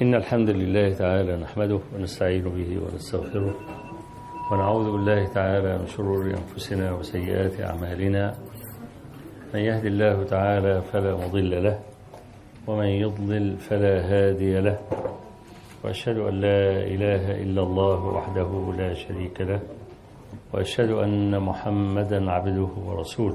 إن الحمد لله تعالى نحمده ونستعين به ونستغفره ونعوذ بالله تعالى من شرور أنفسنا وسيئات أعمالنا. من يهد الله تعالى فلا مضل له ومن يضلل فلا هادي له، وأشهد أن لا إله إلا الله وحده لا شريك له، وأشهد أن محمدا عبده ورسوله.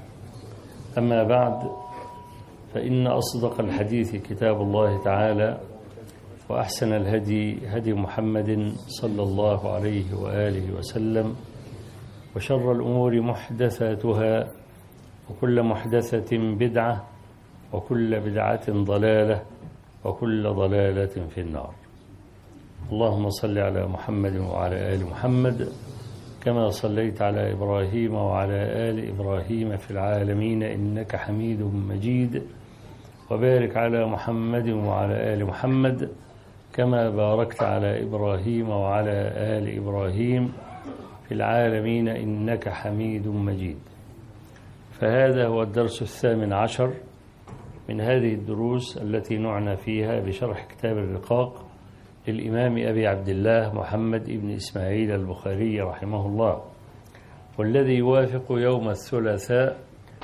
أما بعد، فإن أصدق الحديث كتاب الله تعالى، وأحسن الهدي هدي محمد صلى الله عليه وآله وسلم، وشر الأمور محدثاتها، وكل محدثة بدعة، وكل بدعة ضلالة، وكل ضلالة في النار. اللهم صل على محمد وعلى آل محمد كما صليت على إبراهيم وعلى آل إبراهيم في العالمين إنك حميد مجيد، وبارك على محمد وعلى آل محمد كما باركت على إبراهيم وعلى آل إبراهيم في العالمين إنك حميد مجيد. فهذا هو الدرس 18 من هذه الدروس التي نعنى فيها بشرح كتاب الرقاق للإمام أبي عبد الله محمد بن إسماعيل البخاري رحمه الله، والذي يوافق يوم الثلاثاء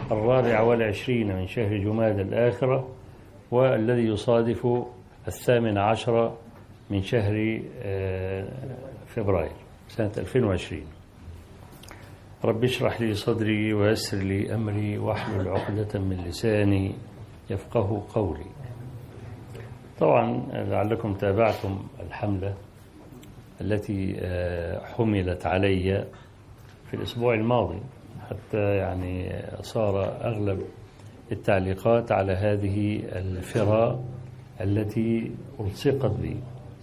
24 من شهر جمادى الآخرة، والذي يصادف 18 من شهر فبراير سنة 2020. رب اشرح لي صدري ويسر لي أمري واحلل عقدة من لساني يفقه قولي. طبعا لعلكم تابعتم الحملة التي حملت علي في الأسبوع الماضي، حتى يعني صار أغلب التعليقات على هذه الفرى التي ألصقت بي.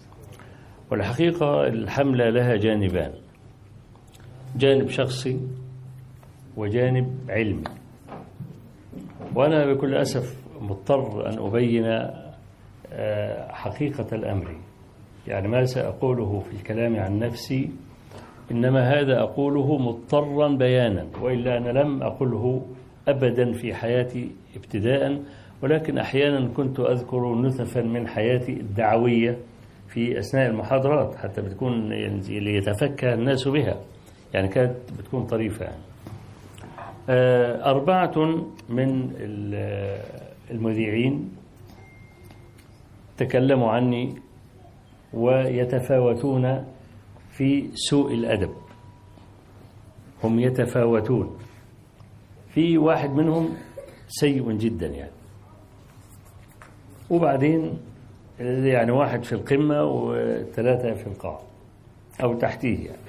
والحقيقة الحملة لها جانبان، جانب شخصي وجانب علمي، وأنا بكل أسف مضطر أن أبين حقيقة الأمر. يعني ما سأقوله في الكلام عن نفسي إنما هذا أقوله مضطرا بيانا، وإلا أنا لم أقوله أبدا في حياتي ابتداء، ولكن أحيانا كنت أذكر نثفا من حياتي الدعوية في أثناء المحاضرات، حتى بتكون ليتفكه الناس بها، يعني كانت بتكون طريفة. يعني 4 من المذيعين تكلموا عني ويتفاوتون في سوء الأدب، هم يتفاوتون. في واحد منهم سيء جدا يعني، وبعدين يعني واحد في القمة و3 في القاع أو تحتيه يعني.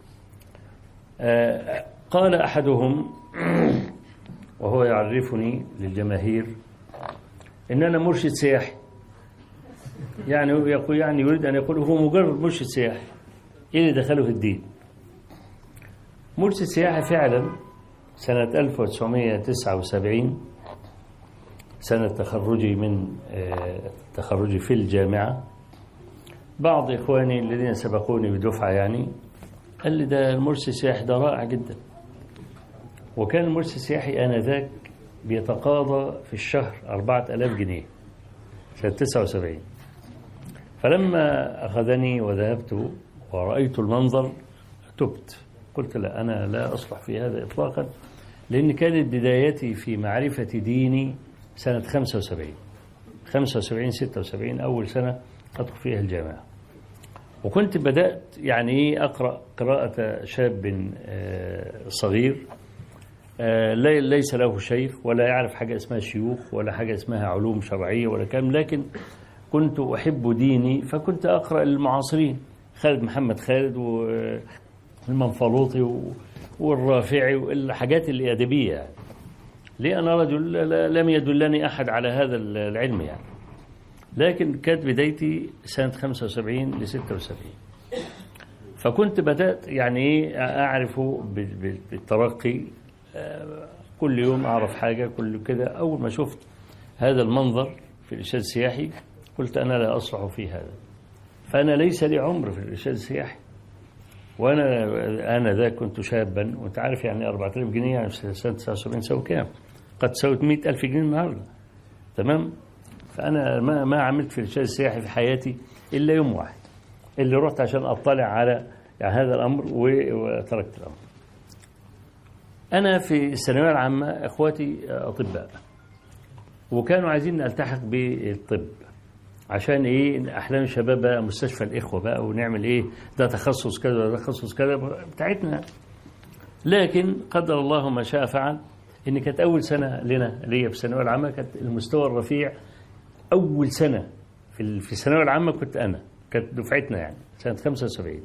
قال أحدهم وهو يعرفني للجماهير إن أنا مرشد سياحي، يعني يريد أن يقول هو مجرد مرشد سياحي، إيه اللي دخله في الدين؟ مرشد سياحي فعلا. سنة 1979 سنة تخرجي من تخرجي في الجامعة، بعض إخواني الذين سبقوني بدفعة يعني قال لي ده المرشد السياحي ده رائع جدا. وكان المرشد السياحي آنذاك بيتقاضى في الشهر 4000 جنيه سنة 79. فلما أخذني وذهبت ورأيت المنظر تبت، قلت لا، أنا لا أصلح في هذا إطلاقا، لأن كانت بدايتي في معرفة ديني سنة 75 76 أول سنة أدخل فيها الجامعة، وكنت بدأت يعني أقرأ قراءة شاب صغير ليس له شيخ ولا يعرف حاجة اسمها شيوخ ولا حاجة اسمها علوم شرعية ولا كلام، لكن كنت أحب ديني، فكنت أقرأ المعاصرين، خالد محمد خالد والمنفلوطي والرافعي والحاجات الأدبية يعني. ليه؟ أنا رجل لم يدلني أحد على هذا العلم يعني، لكن كانت بدايتي سنة 75 ل 76. فكنت بدأت يعني أعرف بالترقي، كل يوم أعرف حاجة كل كده. أول ما شفت هذا المنظر في الإرشاد السياحي قلت أنا لا أصلح في هذا، فأنا ليس لي عمر في الإرشاد السياحي، وأنا ذاك كنت شابا، وأنت عارف يعني 4000 جنيه يعني في سنة 79 سوى كام؟ قد سوت 100,000 جنيه النهاردة، تمام؟ فأنا ما عملت في الإرشاد السياحي في حياتي إلا يوم واحد، اللي رحت عشان أطلع على يعني هذا الأمر وتركت الأمر. أنا في الثانوية العامة إخواتي أطباء، وكانوا عايزين ألتحق بالطب عشان إيه، أحلام الشباب بقى مستشفى الإخوة بقى، ونعمل إيه، ده تخصص كذا وده تخصص كذا بتاعتنا. لكن قدر الله ما شاء فعل، إن كانت أول سنة ليا في الثانوية العامة كانت المستوى الرفيع. أول سنة في الثانوية العامة كنت أنا، كانت دفعتنا يعني سنة 75.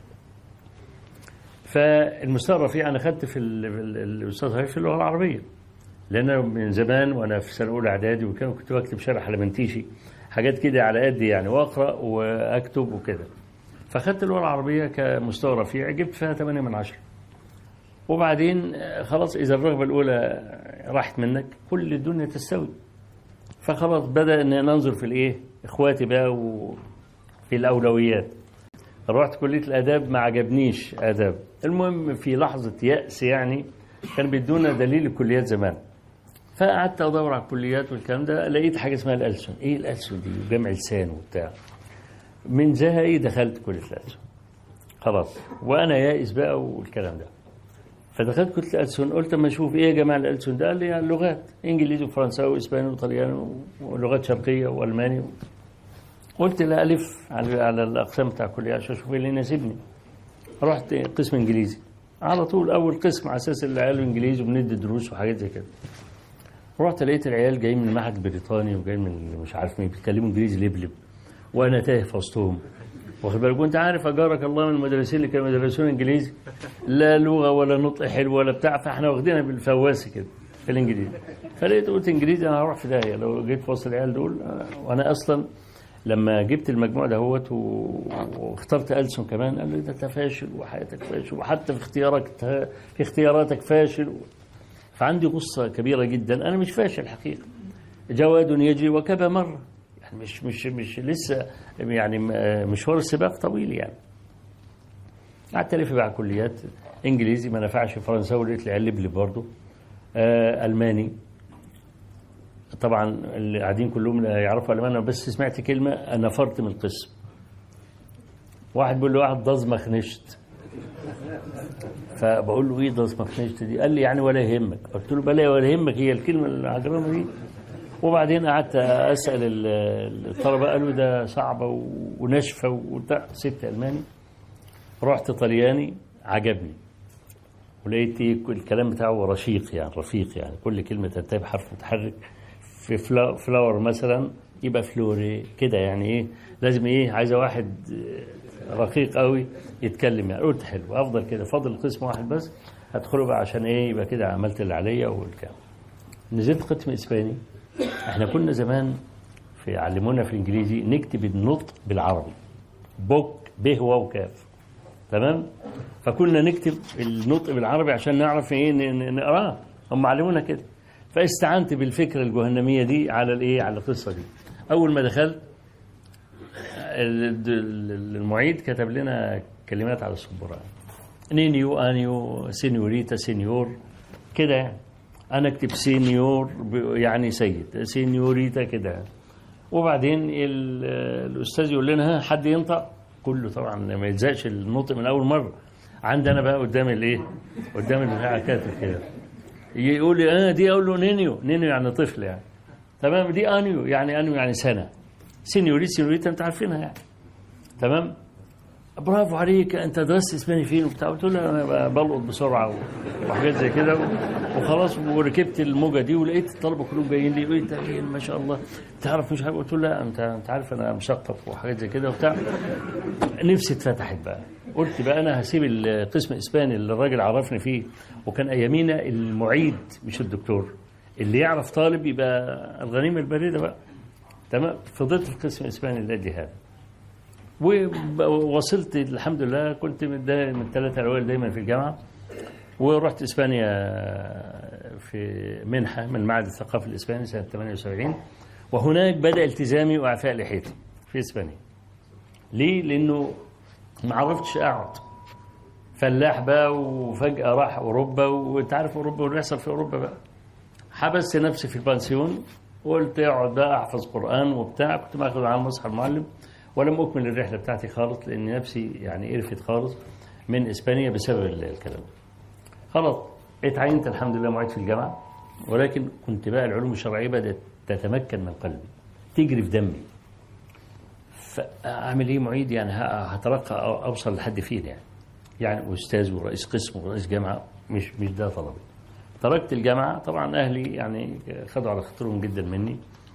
فالمستوى الرفيع أنا خدت في الأستاذ في اللغة العربية، لأن من زمان وأنا في سنة أولى إعدادي كنت بكتب شرح على منتيشي، حاجات كده على قدي يعني، وأقرأ وأكتب وكده. فخدت اللغة العربية كمستوى رفيع، جبت فيها 8 من 10. وبعدين خلاص، إذا الرغبة الأولى راحت منك كل الدنيا تستوي. فخلاص بدأ أن ننظر في الإيه، إخواتي بقى وفي الأولويات. رحت كلية الآداب، ما عجبنيش آداب. المهم في لحظة يأس يعني، كان بيدونا دليل الكليات زمان، فقعدت أدور على الكليات والكلام ده، لقيت حاجة اسمها الألسن. إيه الألسن دي؟ جمع لسان وبتاع. من زهقي دخلت كلية الألسن خلاص، وأنا يائس بقى والكلام ده. فدخلت كلية الألسن، قلت أما أشوف إيه يا جماعة الألسن ده. قال لي يعني اللغات، إنجليزي وفرنساوي وإسباني وطلياني ولغات شرقية وألماني. قلت لا، ألف على الأقسام بتاع الكلية عشان أشوف إيه اللي يناسبني. رحت قسم إنجليزي على طول، أول قسم، على أساس العيال إنجليزي وبندي دروس وحاجات زي كده. رحت لقيت العيال جايين من المعهد البريطاني وجايين من مش عارف مين، بيتكلموا إنجليزي لبلب، وأنا تايه في وسطهم، واخد بالك. وأنت عارف أجارك الله من المدرسين اللي كانوا يدرسون إنجليزي، لا لغة ولا نطق حلو ولا بتاع، فإحنا واخدينها بالفواسي كده في الإنجليزي. فلقيت قلت إنجليزي أنا هروح في داهية لو جيت في وسط العيال دول. وأنا أصلا لما جبت المجموع دهوت واخترت ألسن كمان، قال لي ده انت فاشل وحياتك فاشل، وحتى في اختياراتك فاشل. فعندي غصة كبيرة جدا. أنا مش فاشل الحقيقة، جواد يجري وكبى مرة، يعني مش لسه يعني مشوار السباق طويل يعني. قعدت ألف بقى كليات. إنجليزي ما نفعش، فرنساوي لقيت العيال لبلب برضه، ألماني طبعا اللي قاعدين كلهم يعرفوا ألمانيا، بس سمعت كلمة أنا نفرت من القسم. واحد بيقول له واحد دزمخ نشت، فبقول له إيه دزمخ نشت دي؟ قال لي يعني ولا يهمك. قلت له بلا ولا يهمك، هي الكلمة العجرمة دي. وبعدين قعدت أسأل الطلبة، قالوا ده صعبة وناشفة وبتاع. سبت ألماني، رحت طلياني، عجبني، ولقيت الكلام بتاعه رشيق يعني، رفيق يعني، كل كلمة تنتهي بحرف متحرك. في فلاور مثلا يبقى فلوري كده يعني، ايه لازم ايه، عايزه واحد رقيق قوي يتكلم يعني. قلت حلو، افضل كده، فاضل قسم واحد بس هدخله بقى عشان ايه، يبقى كده عملت اللي عليا والكلام. نزلت قسم اسباني. احنا كنا زمان علمونا في الانجليزي نكتب النطق بالعربي، بوك به واو كاف، تمام. فكنا نكتب النطق بالعربي عشان نعرف ايه نقراه، هم علمونا كده. فاستعنت بالفكرة الجهنمية دي على الايه، على القصة دي. اول ما دخلت المعيد كتب لنا كلمات على السبورة، نينيو، انيو، سينيوريتا، سينيور كده يعني. انا اكتب سينيور يعني سيد، سينيوريتا كده. وبعدين الاستاذ يقول لنا ها حد ينطق، كله طبعا ما يلزقش النطق من اول مرة. عندنا بقى قدام الايه، قدام البتاع كاتب كده، يقول لي دي، اقول له نينيو، نينيو يعني طفل يعني، تمام. دي انيو يعني سنه. سينيوريتا انت عارفينها يعني، تمام. برافو عليك، انت درست اسباني فين وبتاع. قلت له انا بلقط بسرعه وحاجات زي كده وخلاص. وركبت الموجه دي، ولقيت الطلبه كلهم جايين لي، انت ايه ما شاء الله تعرف مش عارف. قلت له لا، انت عارف انا مثقف وحاجات زي كده وبتاع. نفسي اتفتحت بقى. قلت بقى انا هسيب القسم الاسباني اللي الراجل عرفني فيه، وكان ايامينا المعيد مش الدكتور، اللي يعرف طالب يبقى الغنيمه البارده بقى، تمام. فضلت في القسم الاسباني الذي هذا، ووصلت الحمد لله. كنت من الثلاثه الاوائل دايما في الجامعه. ورحت اسبانيا في منحه من معهد الثقافه الاسباني سنه 78، وهناك بدا التزامي واعفاء لحيتي في اسبانيا. ليه؟ لانه ما عرفتش اقعد، فلاح بقى، وفجاه راح اوروبا، وانت عارف اوروبا واللي يحصل في اوروبا بقى. حبست نفسي في البنسيون، وقلت اقعد بقى احفظ قرآن وبتاع. كنت باخد معاه المصحف المعلم، ولم أكمل الرحلة بتاعتي خالص، لأن نفسي يعني قرفت خالص من إسبانيا بسبب الكلام. خلاص اتعينت الحمد لله معيد في الجامعة، ولكن كنت بقى العلوم الشرعية بدأت تتمكن من قلبي، تجري في دمي. فأعمل إيه معيد؟ يعني هترقى أوصل لحد فين يعني أستاذ ورئيس قسم ورئيس جامعة، مش ده طلبي. تركت الجامعة، طبعا أهلي يعني خدوا على خاطرهم جدا مني.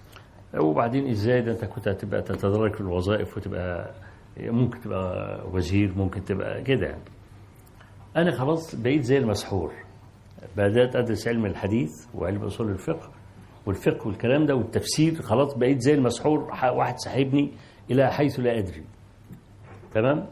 وبعدين إزاي ده أنت كنت هتبقى تتدرج في الوظائف وتبقى ممكن تبقى وزير، ممكن تبقى كده يعني. أنا خلاص بقيت زي المسحور، بدأت أدرس علم الحديث وعلم أصول الفقه والفقه والكلام ده والتفسير. خلاص بقيت زي المسحور، واحد سحبني إلى حيث لا أدري. تمام.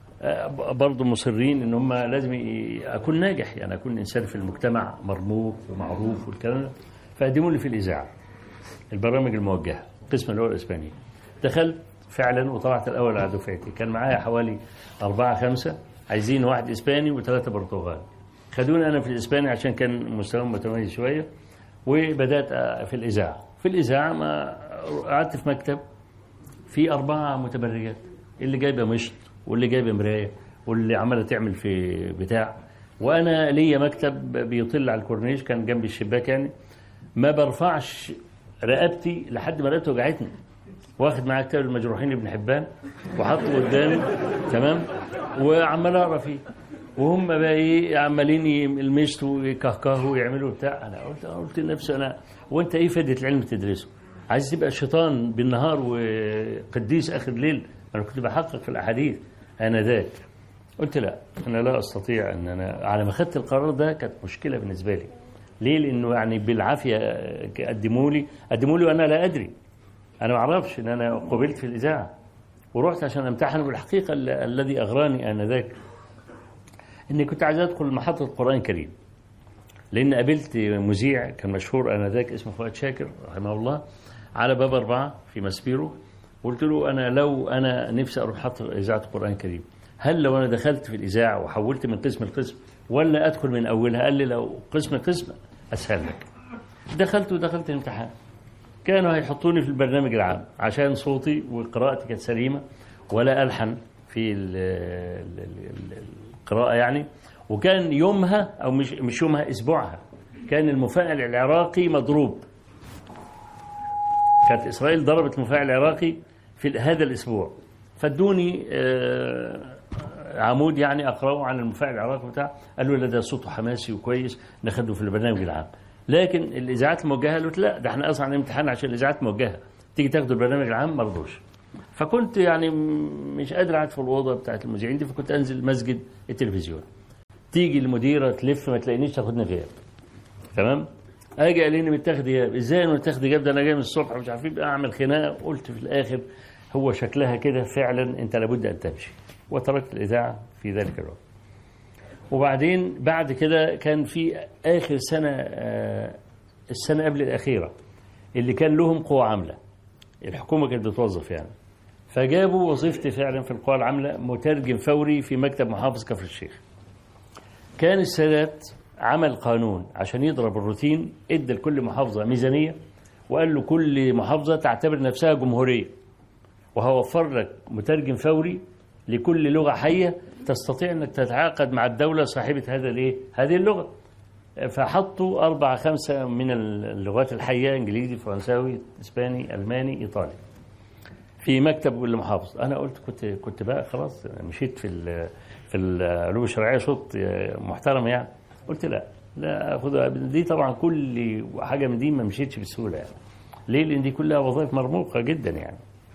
برضو مصرين إن هم لازم أكون ناجح، يعني أكون إنسان في المجتمع مرموق ومعروف والكلام ده. فقدموا لي في الإذاعة البرامج الموجهة، قسم اللغة الإسبانية. دخلت فعلا وطلعت الأول على دفعتي. كان معايا حوالي 4-5 عايزين، واحد إسباني و3 برتغال. خدوني أنا في الإسباني عشان كان مستواهم متميز شوية، وبدأت في الإذاعة. في الإذاعة ما قعدت في مكتب في 4 متبرجات، اللي جايبة مشط واللي جايبة مراية واللي عمالة تعمل في بتاع، وأنا ليا مكتب بيطل على الكورنيش كان جنب الشباك يعني. ما برفعش رقبتي لحد ما رقبتي وجعتني، واخد معايا كتاب المجروحين ابن حبان وحطه قدامي. تمام. وعمال اقرا فيه، وهم بقى ايه عمالين يلمسوا ويكهكهوا ويعملوا بتاع. انا قلت لنفسي انا وانت ايه فائده العلم تدرسه؟ عايز تبقى شيطان بالنهار وقديس اخر ليل؟ انا كنت بحقق في الاحاديث انا ذاك. قلت لا، انا لا استطيع ان انا. على ما خدت القرار ده كانت مشكله بالنسبه لي. ليه؟ لانه يعني بالعافيه قدموا لي وانا لا ادري. انا ما اعرفش ان انا قبلت في الاذاعه، ورحت عشان امتحن. بالحقيقه الذي اغراني انذاك اني كنت عايز ادخل محطه القران الكريم، لان قابلت مذيع كان مشهور انذاك اسمه فؤاد شاكر رحمه الله على باب 4 في ماسبيرو. قلت له لو انا نفسي اروح محطه اذاعه القران الكريم، هل لو انا دخلت في الاذاعه وحولت من قسم لقسم ولا ادخل من اولها؟ قال لي لو قسم اسهل لك. دخلت الامتحان. كانوا هيحطوني في البرنامج العام عشان صوتي وقراءتي كانت سليمة ولا ألحن في القراءة يعني. وكان يومها أو مش يومها، أسبوعها كان المفاعل العراقي مضروب. كانت إسرائيل ضربت المفاعل العراقي في هذا الأسبوع، فادوني عمود يعني أقرأه عن المفاعل العراقي بتاع. قالوا لا ده صوته حماسي وكويس ناخده في البرنامج العام. لكن الإذاعات الموجهة قلت لا، ده احنا أصلا عن امتحان عشان الإذاعات موجهة، تيجي تاخدوا البرنامج العام ما رضوش. فكنت يعني مش قادر أقعد في الأوضة بتاعت المذيعين دي، فكنت أنزل مسجد التلفزيون. تيجي المديرة تلف ما تلاقينيش تاخدني غياب. تمام. أجي قال لي متاخد غياب. إزاي أنا متاخد غياب؟ ده أنا جاي من الصبح مش عارفين أعمل خناقة. قلت في الآخر هو شكلها كده فعلا أنت لابد أن تمشي، وتركت الإذاعة في ذلك الوقت. وبعدين بعد كده كان في آخر سنة، السنة قبل الأخيرة اللي كان لهم قوة عاملة، الحكومة كانت بتوظف يعني. فجابوا وظيفتي فعلا في القوى العاملة مترجم فوري في مكتب محافظ كفر الشيخ. كان السادات عمل قانون عشان يضرب الروتين، ادى لكل محافظة ميزانية وقال له كل محافظة تعتبر نفسها جمهورية، وهوفر لك مترجم فوري لكل لغة حية تستطيع أنك تتعاقد مع الدولة صاحبة هذه اللغة. فحطوا 4-5 من اللغات الحية، إنجليزي فرنساوي إسباني ألماني إيطالي، في مكتب المحافظ. أنا قلت كنت بقى خلاص مشيت في العلوم الشرعية شوط محترم يعني. قلت لا أخذها دي. طبعا كل حاجة من دي ما مشيتش بسهولة يعني. ليه؟ لأن دي كلها وظائف مرموقة جدا يعني.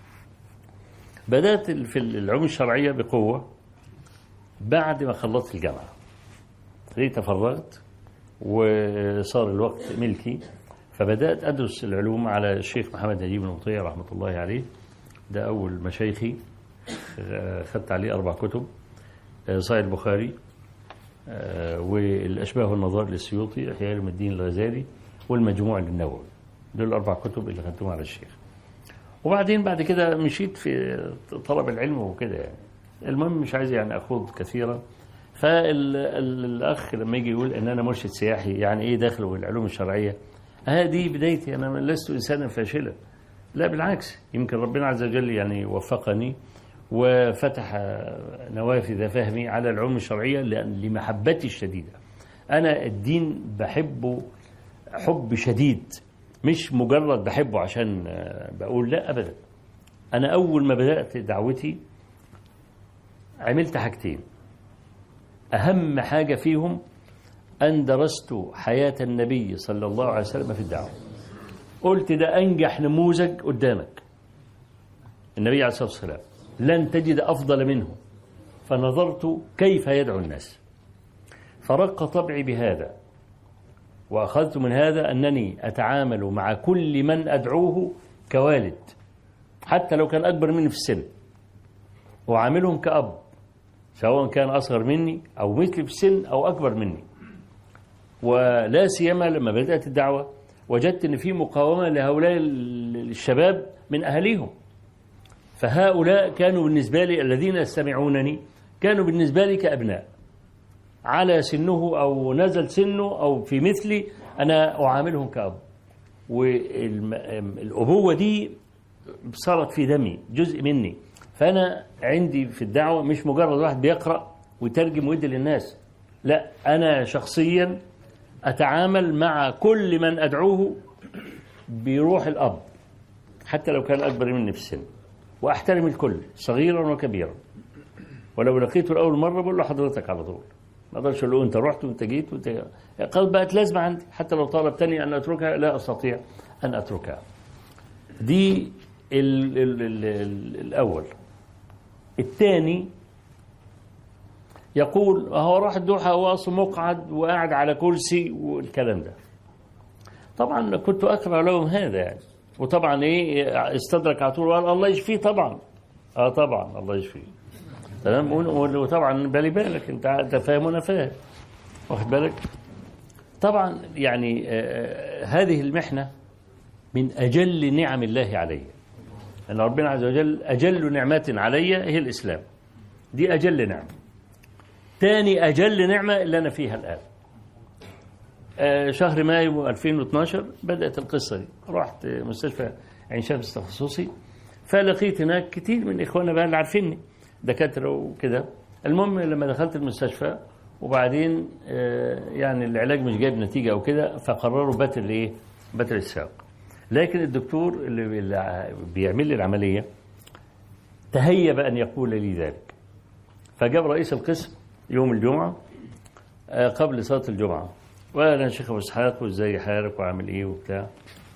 بدأت في العلوم الشرعية بقوة بعد ما خلصت الجامعة. تفرغت وصار الوقت ملكي، فبدأت أدرس العلوم على الشيخ محمد نجيب المطيع رحمة الله عليه. ده أول مشايخي. خدت عليه 4 كتب، صحيح البخاري والأشباه والنظائر للسيوطي، إحياء علوم الدين الغزالي، والمجموع للنووي. دول 4 كتب اللي خدتهم على الشيخ. وبعدين بعد كده مشيت في طلب العلم وكده يعني. المهم مش عايز يعني أخوض كثيرا. فالأخ لما يجي يقول إن أنا مرشد سياحي، يعني إيه داخله العلوم الشرعية؟ هذه بدايتي. أنا لست إنسانا فاشلا، لا بالعكس، يمكن ربنا عز وجل يعني وفقني وفتح نوافذ فهمي على العلوم الشرعية لمحبتي الشديدة. أنا الدين بحبه حب شديد، مش مجرد بحبه عشان بقول، لا أبدا. أنا أول ما بدأت دعوتي عملت حاجتين، أهم حاجة فيهم أن درست حياة النبي صلى الله عليه وسلم في الدعوة. قلت ده أنجح نموذج قدامك، النبي عليه الصلاة والسلام، لن تجد أفضل منه. فنظرت كيف يدعو الناس، فرق طبعي بهذا، وأخذت من هذا أنني أتعامل مع كل من أدعوه كوالد، حتى لو كان أكبر مني في السن، وعاملهم كأب، سواء كان أصغر مني أو مثلي في السن أو أكبر مني. ولا سيما لما بدأت الدعوة وجدت أن في مقاومة لهؤلاء الشباب من أهليهم، فهؤلاء كانوا بالنسبة لي الذين يستمعونني كانوا بالنسبة لي كأبناء، على سنه أو نزل سنه أو في مثلي أنا أعاملهم كأب. والأبوة دي صارت في دمي، جزء مني. فأنا عندي في الدعوة مش مجرد واحد بيقرأ ويترجم ويدي للناس، لا، أنا شخصيا أتعامل مع كل من أدعوه بروح الأب، حتى لو كان أكبر مني في السن، وأحترم الكل صغيرا وكبيرا. ولو لقيته لأول مرة بقول له حضرتك على طول، ما أقدرش أقول له أنت رحت وأنت جيت وأنت، قد بقت لازمة عندي، حتى لو طلبتني أن أتركها لا أستطيع أن أتركها. دي الأول. الثاني يقول هو راح الدوحة هو أصلا مقعد وقاعد على كرسي والكلام ده. طبعا كنت أكره لهم هذا يعني، وطبعا استدرك على طول وقال الله يشفيه. طبعا طبعا الله يشفيه، تمام. وطبعا بالي بالك انت فاهم وانا فاهم، واخد بالك. طبعا يعني هذه المحنة من أجل نعم الله علي، أن ربنا عز وجل أجل نعمات علي هي الإسلام، دي أجل نعمة. تاني أجل نعمة اللي أنا فيها الآن، شهر مايو 2012 بدأت القصة دي. رحت مستشفى عين شمس تخصصي، فلقيت هناك كتير من إخواننا بقى اللي عارفيني، دكاترة وكده. المهم لما دخلت المستشفى وبعدين يعني العلاج مش جايب نتيجة أو كده، فقرروا بتر الساق. لكن الدكتور اللي بيعمل لي العملية تهيب أن يقول لي ذلك، فجاب رئيس القسم يوم الجمعة قبل صلاة الجمعة، وأنا شيخ أبو إسحاق وإزاي حالك وعامل إيه وبتاع.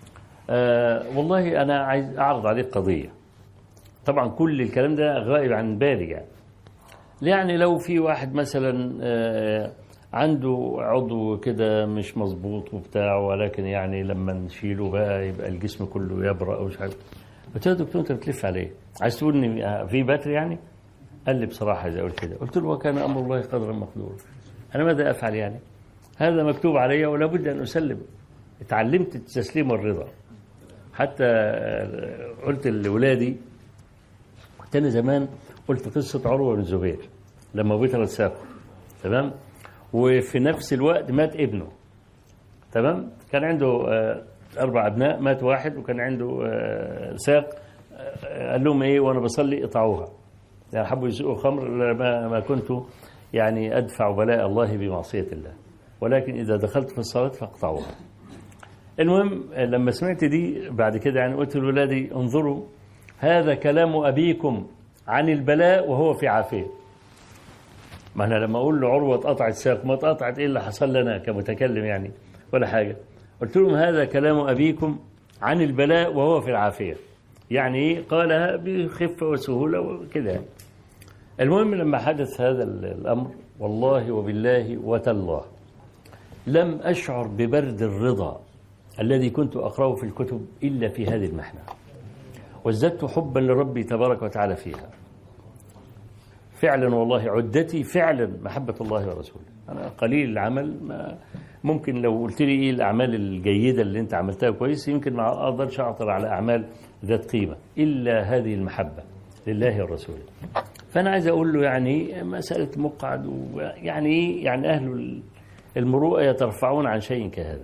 والله أنا عايز أعرض عليك قضية. طبعا كل الكلام ده غائب عن بالي يعني لو في واحد مثلا عنده عضو كده مش مظبوط وبتاع، ولكن يعني لما نشيله بقى يبقى الجسم كله يبرأ أو مش عارف. قلت له دكتور أنت بتلف عليه، عايز تقول إن في بتر يعني؟ قال لي بصراحة إذا قلت كده. قلت له وكان أمر الله قدرا مقدورا، أنا ماذا أفعل يعني؟ هذا مكتوب علي ولا بد أن أسلم. اتعلمت التسليم والرضا. حتى قلت لأولادي، كنت أنا زمان قلت قصة عروة بن الزبير لما بتر ساقه، تمام، وفي نفس الوقت مات ابنه، تمام. كان عنده 4 أبناء، مات واحد وكان عنده ساق. قال لهم إيه وأنا بصلي اقطعوها، يعني حبوا يسوقوا خمر، ما كنت يعني أدفع بلاء الله بمعصية الله، ولكن إذا دخلت في الصلاة فاقطعوها. المهم لما سمعت دي بعد كده يعني قلت لولادي انظروا، هذا كلام أبيكم عن البلاء وهو في عافية. ما أنا لما أقول لعروة اتقطعت ساق، ما اتقطعت إيه اللي حصل لنا كمتكلم يعني ولا حاجة. قلت لهم هذا كلام أبيكم عن البلاء وهو في العافية، يعني قالها بخفة وسهولة وكده يعني. المهم لما حدث هذا الأمر والله وبالله وتالله لم أشعر ببرد الرضا الذي كنت أقرأه في الكتب إلا في هذه المحنة، وازددت حبا لربي تبارك وتعالى فيها. فعلا والله عدتي فعلا محبة الله ورسوله. أنا قليل العمل، ما ممكن لو قلت لي إيه الأعمال الجيدة اللي أنت عملتها كويس يمكن ما أقدرش أعطر على أعمال ذات قيمة إلا هذه المحبة لله ورسوله. فأنا عايز أقول له يعني مسألة مقعد، ويعني يعني أهل المروءة يترفعون عن شيء كهذا.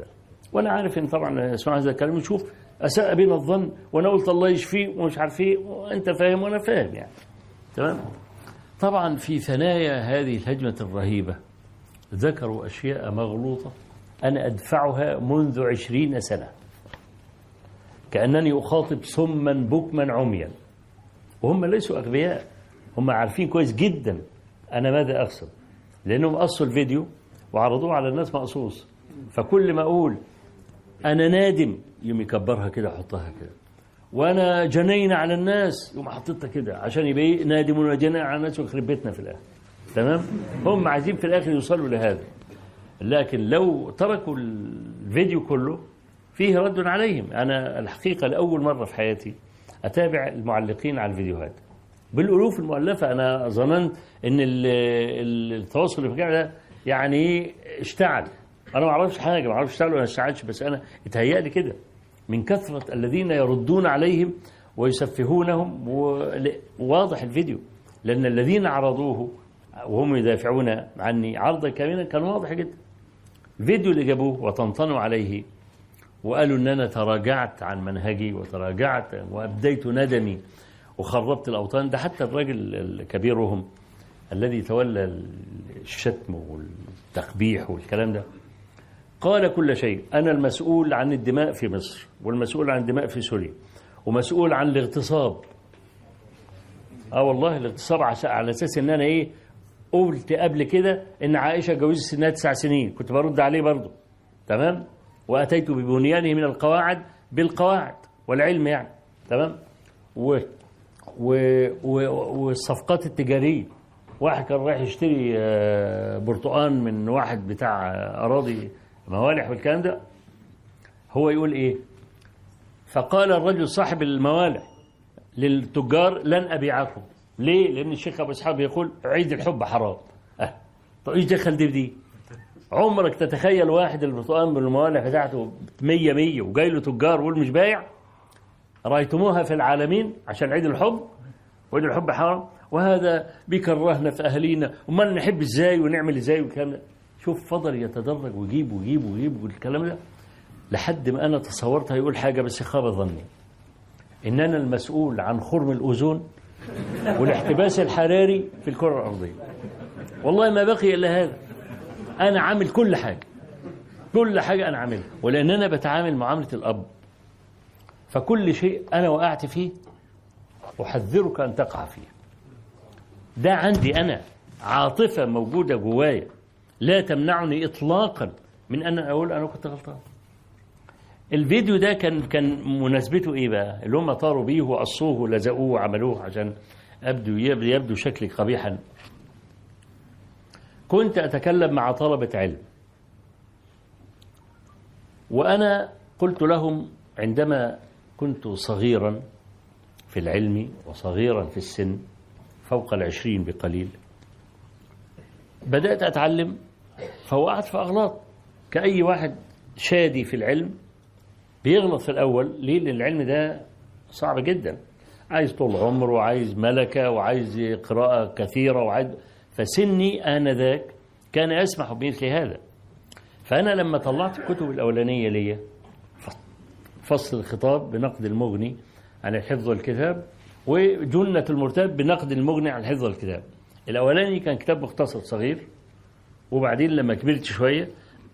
وأنا عارف إن طبعا اسمع هذا الكلام نشوف أساء بنا الظن، وأنا قلت الله يشفيه ومش عارف إيه، وأنت فاهم وأنا فاهم يعني. تمام. طبعا في ثنايا هذه الهجمة الرهيبة ذكروا أشياء مغلوطة أنا أدفعها منذ 20 سنة، كأنني أخاطب صما بكما عميا، وهم ليسوا أغبياء، هم عارفين كويس جدا أنا ماذا أقصد، لأنهم قصوا الفيديو وعرضوه على الناس مقصوص. فكل ما أقول أنا نادم يوم يكبرها كده وحطها كده، وأنا جنين على الناس يوم حطيتها كده عشان يبقى نادم وجنين على الناس ويخرب بيتنا في الآخر. تمام. هم عايزين في الآخر يوصلوا لهذا، لكن لو تركوا الفيديو كله فيه رد عليهم. أنا الحقيقة لأول مرة في حياتي أتابع المعلقين على الفيديوهات بالألوف المؤلفة. أنا ظننت أن التواصل الاجتماعي ده يعني اشتعل. أنا ما أعرفش حاجة، ما أعرفش اشتعل ولا اشتعلش، بس أنا اتهيألي كده من كثرة الذين يردون عليهم ويسفهونهم. وواضح الفيديو، لأن الذين عرضوه وهم يدافعون عني عرضا كاملا كان واضح جدا. الفيديو اللي جابوه وطنطنوا عليه وقالوا أن أنا تراجعت عن منهجي وتراجعت وأبديت ندمي وخربت الأوطان. ده حتى الراجل الكبيرهم الذي تولى الشتم والتقبيح والكلام ده قال كل شيء. أنا المسؤول عن الدماء في مصر، والمسؤول عن الدماء في سوريا، ومسؤول عن الاغتصاب. والله الاغتصاب على أساس أن أنا قلت قبل كده أن عائشة جوزت سنها 9 سنين، كنت برد عليه برضه. تمام. وأتيت ببنيانه من القواعد بالقواعد والعلم يعني. تمام. والصفقات التجارية، واحد كان رايح يشتري برتقان من واحد بتاع أراضي موالح والكلام ده، هو يقول إيه؟ فقال الرجل صاحب الموالح للتجار لن أبيعكم. ليه؟ لأن الشيخ أبو إسحاق يقول عيد الحب حرام. طيب إيش دخل دي؟ عمرك تتخيل واحد البرتقان من الموالح بتاعته 100 وجاي له تجار ويقول مش بايع؟ رأيتموها في العالمين عشان عيد الحب، وعيد الحب حرام، وهذا بيكرهنا في أهلينا، وما نحب إزاي ونعمل إزاي والكلام ده. شوف فضل يتدرج ويجيب والكلام ده لحد ما أنا تصورت هيقول حاجة، بس خاب ظني إن أنا المسؤول عن خرم الأوزون والاحتباس الحراري في الكرة الأرضية. والله ما بقي إلا هذا. أنا عامل كل حاجة أنا عاملها، ولأن أنا بتعامل معاملة الأب، فكل شيء أنا وقعت فيه أحذرك أن تقع فيه. ده عندي أنا عاطفة موجودة جوايا لا تمنعني إطلاقا من أن أقول أنا كنت غلطان. الفيديو ده كان مناسبته إيه بقى؟ اللي هم طاروا بيه وقصوه ولزقوه وعملوه عشان يبدو شكلي قبيحا. كنت أتكلم مع طلبة علم، وأنا قلت لهم عندما كنت صغيرا في العلم وصغيرا في السن فوق 20 بقليل، بدأت أتعلم فوقعت في أغلاط كأي واحد شادي في العلم بيغلط في الأول. ليه؟ لأن العلم ده صعب جدا، عايز طول عمر وعايز ملكة وعايز قراءة كثيرة فسني آنذاك كان يسمح بمثل هذا. فأنا لما طلعت الكتب الأولانية لي فصل الخطاب بنقد المغني عن الحفظ والكتاب، وجنة المرتاب بنقد المغني عن الحفظ والكتاب. الأولاني كان كتاب مختصر صغير، وبعدين لما كبرت شوية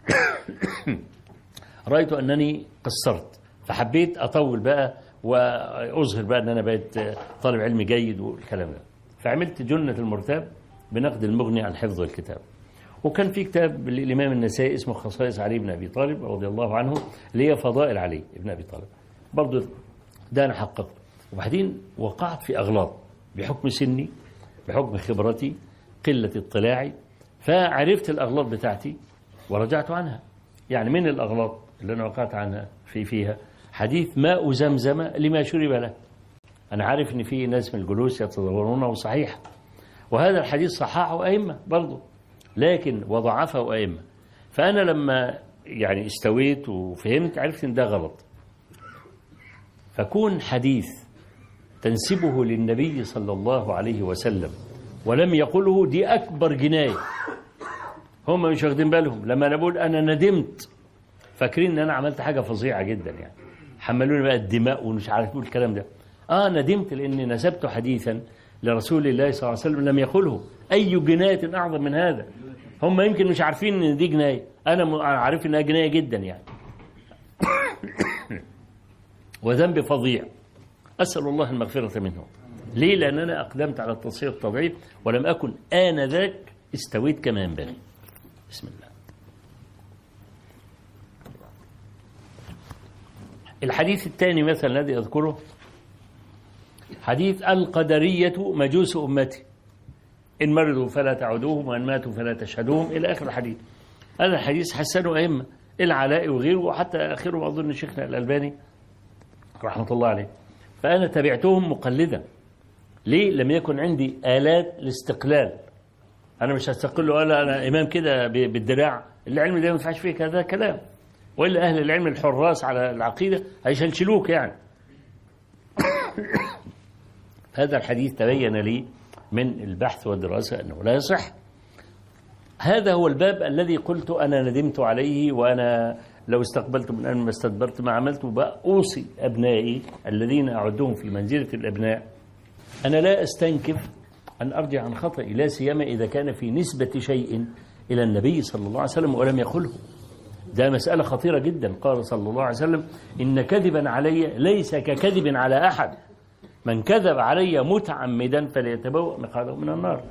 رأيت أنني قصرت، فحبيت أطول بقى وأظهر بقى أن أنا بقيت طالب علم جيد والكلام ده، فعملت جنة المرتاب بنقد المغني عن الحفظ والكتاب. وكان في كتاب للإمام النسائي اسمه خصائص علي بن أبي طالب رضي الله عنه، اللي هي فضائل علي بن أبي طالب، برضو ده أنا حققته. وبعدين وقعت في أغلاط بحكم سني، بحكم خبرتي، قلة اطلاعي، فعرفت الأغلاط بتاعتي ورجعت عنها. يعني من الأغلاط اللي أنا وقعت عنها فيها حديث ماء زمزم لما شرب له. أنا عارف إن في ناس من الجلوس يتظاهرونه صحيح، وهذا الحديث صححه أئمة برضه، لكن وضعفه أئمة. فأنا لما يعني استويت وفهمت عرفت إن ده غلط. فكون حديث تنسبه للنبي صلى الله عليه وسلم ولم يقله، دي أكبر جناية. هم مش واخدين بالهم. لما أنا بقول أنا ندمت فاكرين ان انا عملت حاجه فظيعه جدا يعني، حملوني بقى الدماء ومش عارف ايه الكلام ده. ندمت لاني نسبت حديثا لرسول الله صلى الله عليه وسلم لم يقله. اي جنايه اعظم من هذا؟ هم يمكن مش عارفين ان دي جنايه، انا عارف انها جنايه جدا يعني. وذنب فظيع، اسال الله المغفره منه. ليه؟ لان انا اقدمت على التصحيح والتضعيف ولم اكن انذاك استويت كما ينبغي. بسم الله. الحديث الثاني مثلا الذي أذكره حديث القدرية مجوس أمتي، إن مرضوا فلا تعودوهم وإن ماتوا فلا تشهدوهم إلى آخر الحديث. هذا الحديث حسنه أئمة العلاء وغيره، وحتى آخره أظن شيخنا الألباني رحمة الله عليه. فأنا تبعتهم مقلدا. ليه؟ لم يكن عندي آلات الاستقلال. أنا مش هستقل ولا أنا إمام كده بالدراع. العلم ده ما ينفعش فيه كذا كلام، وإلا أهل العلم الحراس على العقيدة هيشلشلوك يعني. هذا الحديث تبين لي من البحث والدراسة أنه لا يصح. هذا هو الباب الذي قلت أنا ندمت عليه، وأنا لو استقبلت من أن ما استدبرت ما عملت. أوصي أبنائي الذين أعدهم في منزلة الأبناء، أنا لا أستنكف أن أرجع عن خطئي، لا سيما إذا كان في نسبة شيء إلى النبي صلى الله عليه وسلم ولم يقله. ده مسألة خطيرة جدا. قال صلى الله عليه وسلم إن كذبا علي ليس ككذب على أحد، من كذب علي متعمدا فليتبوأ مقعده من النار.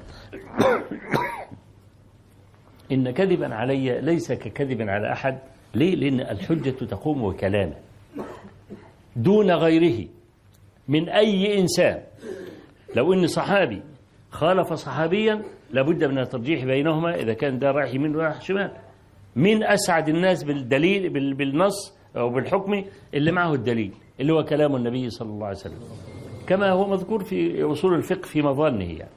إن كذبا علي ليس ككذب على أحد. ليه؟ لأن الحجة تقوم بكلامه دون غيره من أي إنسان. لو إن صحابي خالف صحابيا لابد من الترجيح بينهما إذا كان ده رايح يمين ورايح شمال. من أسعد الناس بالدليل بالنص أو بالحكم اللي معه الدليل اللي هو كلام النبي صلى الله عليه وسلم، كما هو مذكور في أصول الفقه في مظانه يعني.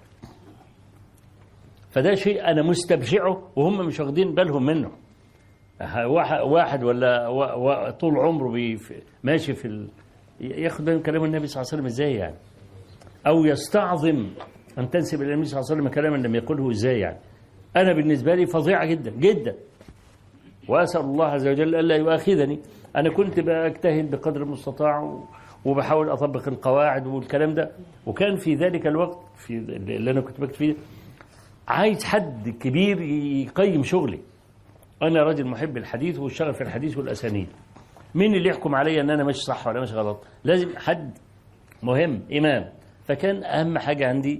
فده شيء أنا مستبشعه وهم مش واخدين بالهم منه. واحد ولا طول عمره ماشي ياخد بالهم كلام النبي صلى الله عليه وسلم ازاي يعني، أو يستعظم أن تنسب إلى النبي صلى الله عليه وسلم كلاما لم يقله ازاي يعني. أنا بالنسبة لي فظيعة جدا جدا، وأسأل الله عز وجل ألا يؤاخذني. أنا كنت بأجتهد بقدر المستطاع وبحاول أطبق القواعد والكلام ده، وكان في ذلك الوقت في اللي أنا كنت بكتب فيه عايز حد كبير يقيم شغلي. أنا راجل محب الحديث والشغل في الحديث والأسانيد. مين اللي يحكم علي أن أنا ماشي صح ولا ماشي غلط؟ لازم حد مهم، إمام. فكان أهم حاجة عندي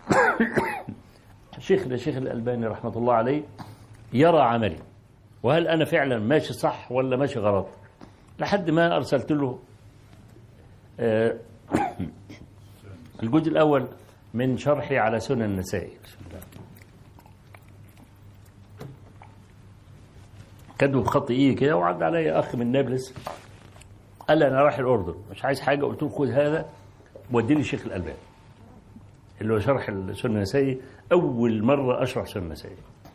شيخ الألباني رحمة الله عليه يرى عملي، وهل أنا فعلا ماشي صح ولا ماشي غلط. لحد ما أرسلت له الجزء الأول من شرحي على سنن النسائي. كاتبه بخط إيه كده، وعد علي أخ من نابلس قال لي أنا رايح الأردن مش عايز حاجة. قلت له خذ هذا وديني الشيخ الألباني اللي هو شرح السنن النسائي، أول مرة أشرح سنن النسائي.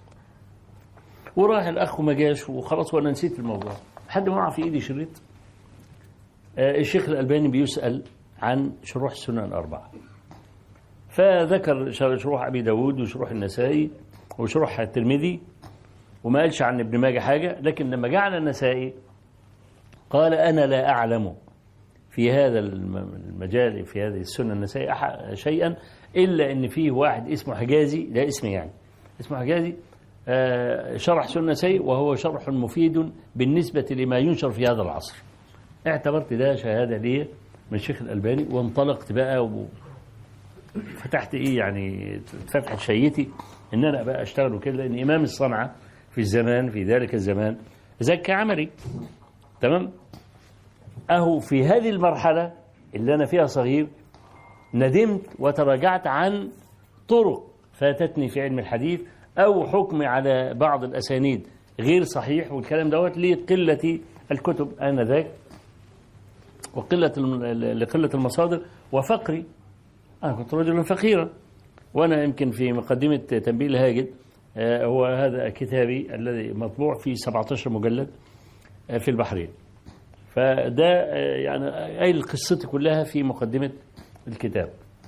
وراح الأخ وما جاش وخلاص، وأنا نسيت الموضوع لحد ما وقع في إيدي شريط الشيخ الألباني بيسأل عن شروح السنن الأربعة، فذكر شروح أبي داود وشروح النسائي وشروح الترمذي، وما قالش عن ابن ماجه حاجة. لكن لما جاء على النسائي قال أنا لا أعلم في هذا المجال في هذه السنة النسائي شيئا إلا أن فيه واحد اسمه حجازي، ده اسمه يعني اسمه حجازي، شرح سنة النسائي وهو شرح مفيد بالنسبة لما ينشر في هذا العصر. اعتبرت ده شهادة لي من الشيخ الألباني، وانطلقت بقى وفتحت يعني فتحت شيتي ان انا بقى اشتغل وكده، لان امام الصنعة في ذلك الزمان زكى عملي. تمام. اهو في هذه المرحلة اللي انا فيها صغير ندمت وتراجعت عن طرق فاتتني في علم الحديث او حكم على بعض الاسانيد غير صحيح والكلام دوت لقلة الكتب آنذاك لقلة المصادر وفقري. أنا كنت رجلا فقيرا، وأنا يمكن في مقدمة تنبيه الهاجد هو هذا كتابي الذي مطبوع في 17 مجلد في البحرين. فده يعني أي قصتي كلها في مقدمة الكتاب.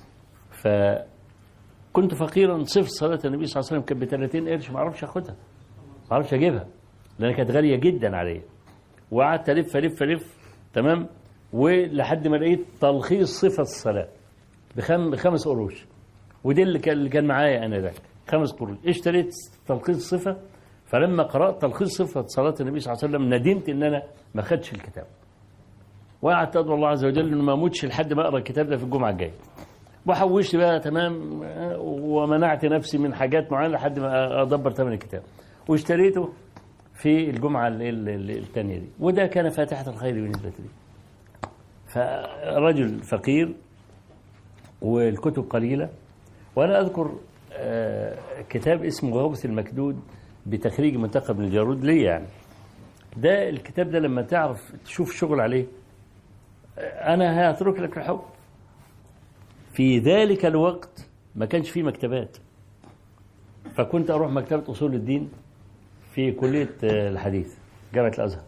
فكنت فقيرا صفر. صلاة النبي صلى الله عليه وسلم كانت ب30 قرش، ما أعرفش أخدها، ما أعرفش أجيبها لأن كانت غالية جدا علي. وقعدت ألف ألف ألف، تمام، ولحد ما لقيت تلخيص صفة الصلاة ب5 قروش، ودي اللي كان معايا أنا، ده 5 قروش. اشتريت تلخيص الصفة، فلما قرأت تلخيص صفة صلاة النبي صلى الله عليه وسلم ندمت إن أنا ما خدش الكتاب، وقعدت أدعو الله عز وجل إنه ما أموتش لحد ما أقرأ الكتاب ده في الجمعة الجاية، وحوشت بقى تمام، ومنعت نفسي من حاجات معينة لحد ما أدبر ثمن الكتاب، واشتريته في الجمعة الثانية دي، وده كان فاتحة الخير بالنسبة لي. فرجل فقير والكتب قليلة، وأنا أذكر كتاب اسمه غوث المكدود بتخريج منتخب بن الجارود ليه يعني. ده الكتاب ده لما تعرف تشوف شغل عليه، أنا هترك لك الحكم. في ذلك الوقت ما كانش فيه مكتبات، فكنت أروح مكتبة أصول الدين في كلية الحديث جامعة الأزهر.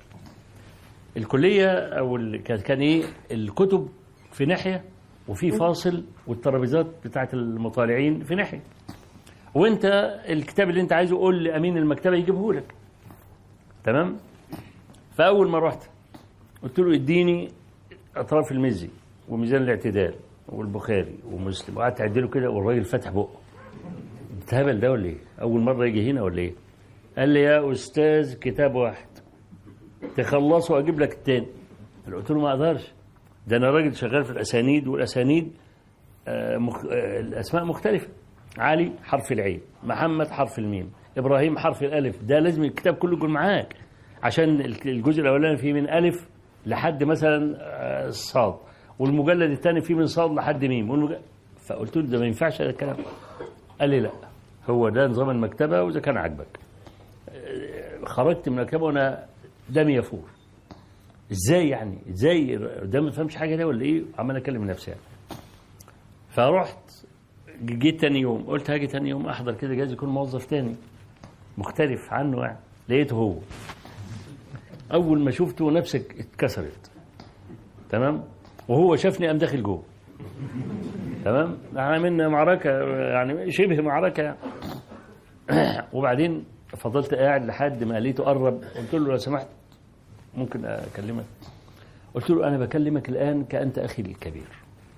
الكلية أو كان إيه، الكتب في ناحية وفي فاصل، والترابيزات بتاعت المطالعين في ناحية، وانت الكتاب اللي انت عايزه قول لأمين المكتبة يجيبه لك، تمام. فأول ما رحت قلت له اديني أطراف المزي وميزان الاعتدال والبخاري ومسلم، وقعدت أعدله كده، والراجل فتح بقه، بتهبل ده ولا ايه؟ أول مرة يجي هنا ولا ايه؟ قال لي يا أستاذ كتاب واحد تخلصه وأجيب لك التاني. قلت له ما أقدرش، ده أنا راجل شغال في الأسانيد، والأسانيد الأسماء مختلفة، علي حرف العين، محمد حرف الميم، إبراهيم حرف الألف، ده لازم الكتاب كله يكون معاك، عشان الجزء الأولاني فيه من ألف لحد مثلا صاد، والمجلد الثاني فيه من صاد لحد ميم، فقلت له ده ما ينفعش هذا الكلام. قال لي لا، هو ده نظام المكتبة وإذا كان عاجبك. خرجت من المكتبة وأنا دمي يفور. ازاي يعني؟ ازاي ده ما فهمش حاجه ده ولا ايه؟ عمال اكلم نفسي يعني. فرحت جيت تاني يوم، قلت هاجي تاني يوم احضر كده، جايز يكون موظف تاني مختلف عنه يعني. لقيته هو. اول ما شفته نفسي اتكسرت، تمام، وهو شافني قام داخل جوه، تمام. عملنا معركه يعني، شبه معركه يعني. وبعدين فضلت قاعد لحد ما لقيته قرب، قلت له لو سمحت ممكن أكلمك؟ قلت له أنا بكلمك الآن كأنت أخي الكبير،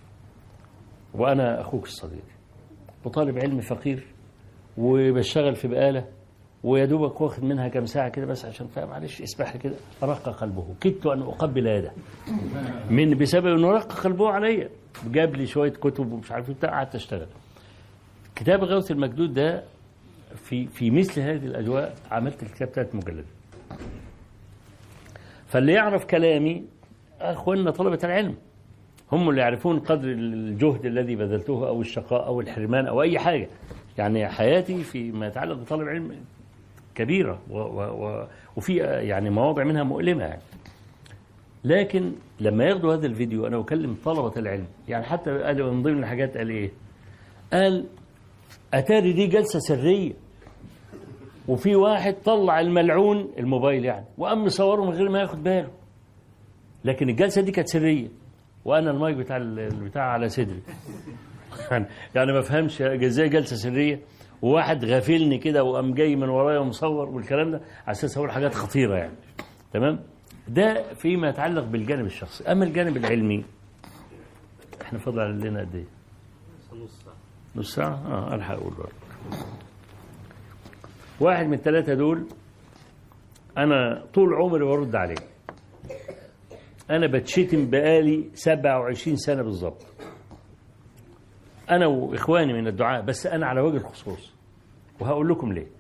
وأنا أخوك الصغير، وطالب علم فقير، وبشتغل في بقالة، ويدوبك واخد منها كم ساعة كده بس عشان فاهم، معلش اسمح لي كده. رق قلبه، كدت أن أقبل يده من بسبب أنه رق قلبه عليا، جاب لي شوية كتب ومش عارف بتاع، قعدت أشتغل. كتاب غوث المكدود ده في مثل هذه الأجواء عملت الكتاب 3 مجلدات. فاللي يعرف كلامي أخواننا طلبة العلم، هم اللي يعرفون قدر الجهد الذي بذلته أو الشقاء أو الحرمان أو أي حاجة. يعني حياتي فيما يتعلق بطلب علم كبيرة، وفي يعني مواضع منها مؤلمة يعني. لكن لما ياخدوا هذا الفيديو أنا أكلم طلبة العلم، يعني حتى قالوا من ضمن الحاجات قال إيه؟ قال أتاري دي جلسة سرية، وفي واحد طلع الملعون الموبايل يعني وقام مصوره من غير ما ياخد باله، لكن الجلسة دي كانت سرية، وأنا المايك بتاع على صدري. يعني ما فهمش ازاي جلسة سرية وواحد غافلني كده وقام جاي من ورايا ومصور والكلام ده على اساس اقول حاجات خطيرة يعني، تمام. ده فيما يتعلق بالجانب الشخصي. أما الجانب العلمي، احنا فاضل علينا قد ايه؟ نص ساعة. ألحق أقول بقى. واحد من ال3 دول أنا طول عمري برد عليه. أنا بتشتم بقالي 27 سنة بالظبط، أنا وإخواني من الدعاء، بس أنا على وجه الخصوص، وهقول لكم ليه.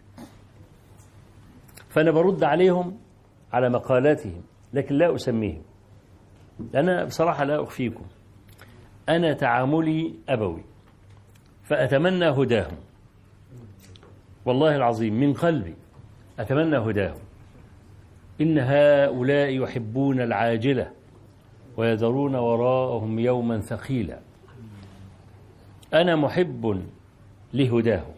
فأنا برد عليهم على مقالاتهم، لكن لا أسميهم، أنا بصراحة لا أخفيكم، أنا تعاملي أبوي، فأتمنى هداهم، والله العظيم من قلبي أتمنى هداهم. إن هؤلاء يحبون العاجلة ويذرون وراءهم يوما ثقيلا. أنا محب لهداهم،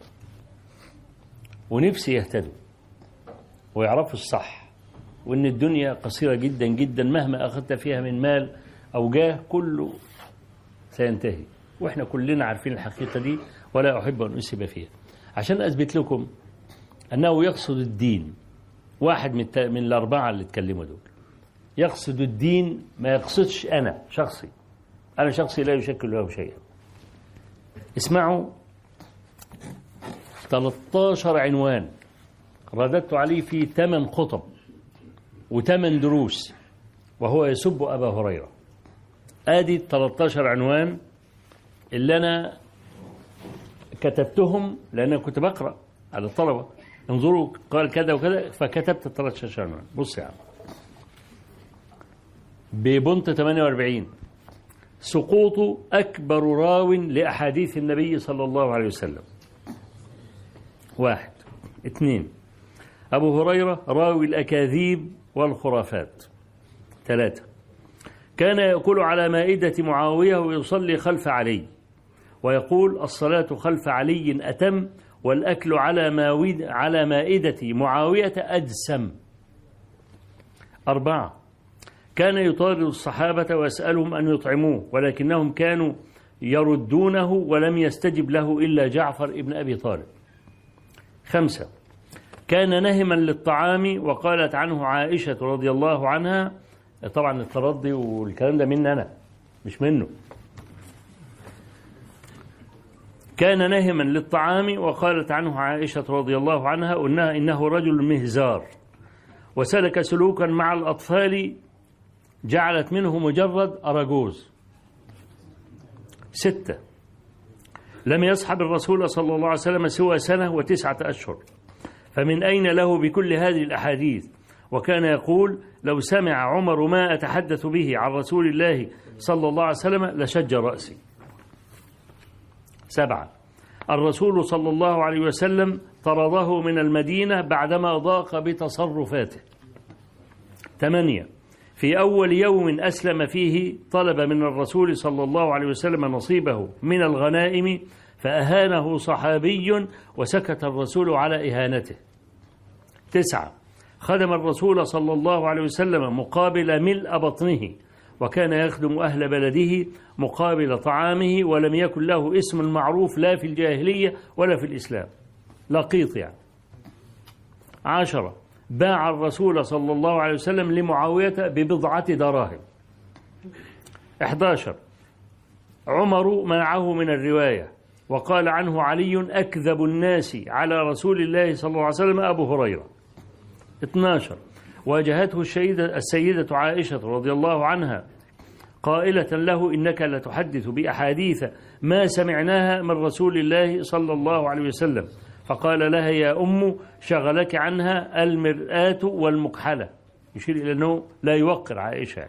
ونفسي يهتدوا ويعرفوا الصح، وإن الدنيا قصيرة جدا جدا، مهما أخذت فيها من مال أو جاه كله سينتهي، وإحنا كلنا عارفين الحقيقة دي، ولا أحب أن أسب فيها. عشان أثبت لكم أنه يقصد الدين، واحد من ال4 اللي اتكلموا دول يقصد الدين، ما يقصدش أنا شخصي لا يشكل له شيئا. اسمعوا 13 عنوان رددت عليه في 8 خطب و8 دروس وهو يسب أبا هريرة. آدي 13 عنوان اللي أنا كتبتهم لأن كنت بقرأ على الطلبة، انظروا قال كذا وكذا فكتبت 13 عنوان. بص يا عم، ببنت 48 سقوط أكبر راو لأحاديث النبي صلى الله عليه وسلم. 1. 2. أبو هريرة راوي الأكاذيب والخرافات. 3. كان يأكل على مائدة معاوية ويصلي خلف علي ويقول الصلاة خلف علي أتم والأكل على مائدة معاوية أجسم. 4. كان يطارد الصحابة ويسألهم أن يطعموه ولكنهم كانوا يردونه ولم يستجب له إلا جعفر ابن أبي طالب. 5. كان نهما للطعام وقالت عنه عائشة رضي الله عنها، طبعا الترضي والكلام ده مني أنا مش منه. كان نهما للطعام وقالت عنه عائشة رضي الله عنها إنه رجل مهزار وسلك سلوكا مع الأطفال جعلت منه مجرد أراجوز. 6. لم يصحب الرسول صلى الله عليه وسلم سوى 1 و9 أشهر، فمن أين له بكل هذه الأحاديث؟ وكان يقول لو سمع عمر ما أتحدث به عن رسول الله صلى الله عليه وسلم لشج رأسي. 7. الرسول صلى الله عليه وسلم طرده من المدينة بعدما ضاق بتصرفاته. 8. في أول يوم أسلم فيه طلب من الرسول صلى الله عليه وسلم نصيبه من الغنائم فأهانه صحابي وسكت الرسول على إهانته. 9. خدم الرسول صلى الله عليه وسلم مقابل ملء بطنه وكان يخدم أهل بلده مقابل طعامه ولم يكن له اسم معروف لا في الجاهلية ولا في الإسلام، لقيط يعني. 10. باع الرسول صلى الله عليه وسلم لمعاوية ببضعة دراهم. 11. عمر منعه من الرواية وقال عنه علي أكذب الناس على رسول الله صلى الله عليه وسلم أبو هريرة. 12. واجهته السيدة عائشة رضي الله عنها قائلة له إنك لتحدث بأحاديث ما سمعناها من رسول الله صلى الله عليه وسلم، فقال لها يا أم شغلك عنها المرآة والمكحلة، يشير إلى أنه لا يوقر عائشة.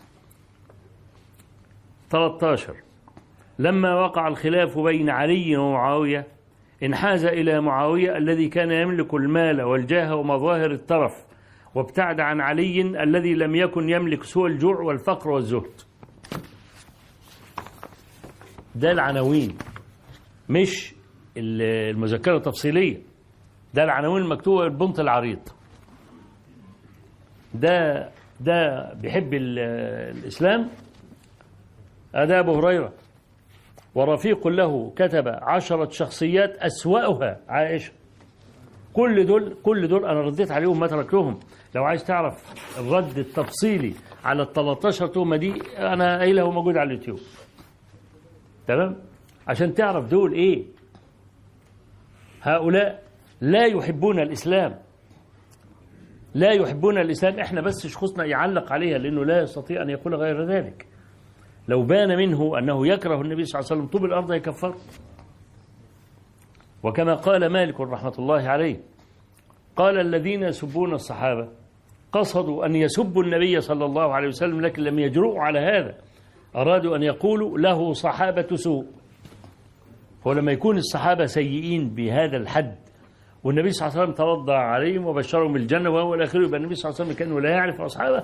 13. لما وقع الخلاف بين علي ومعاوية انحاز إلى معاوية الذي كان يملك المال والجاه ومظاهر الترف وابتعد عن علي الذي لم يكن يملك سوى الجوع والفقر والزهد. ده العناوين مش المذكرة التفصيلية، ده العناوين المكتوبة بالبنط العريض. ده بيحب الإسلام. هذا أبو هريرة ورفيق له كتب 10 شخصيات أسوأها عائشة. كل دول أنا رديت عليهم ما تركتهم. لو عايز تعرف الرد التفصيلي على 13 تهمة دي أنا قايله موجود على اليوتيوب، تمام؟ عشان تعرف دول إيه. هؤلاء لا يحبون الإسلام، لا يحبون الإسلام. إحنا بس شخصنا يعلق عليها لأنه لا يستطيع أن يقول غير ذلك. لو بان منه أنه يكره النبي صلى الله عليه وسلم طوب الأرض يكفر. وكما قال مالك رحمة الله عليه قال الذين يسبون الصحابة قصدوا أن يسبوا النبي صلى الله عليه وسلم لكن لم يجرؤوا على هذا، أرادوا أن يقولوا له صحابة سوء. ولما يكون الصحابة سيئين بهذا الحد والنبي صلى الله عليه وسلم ترضى عليهم وبشرهم بالجنة وهو الآخر، يبقى النبي صلى الله عليه وسلم كأنه لا يعرف أصحابه.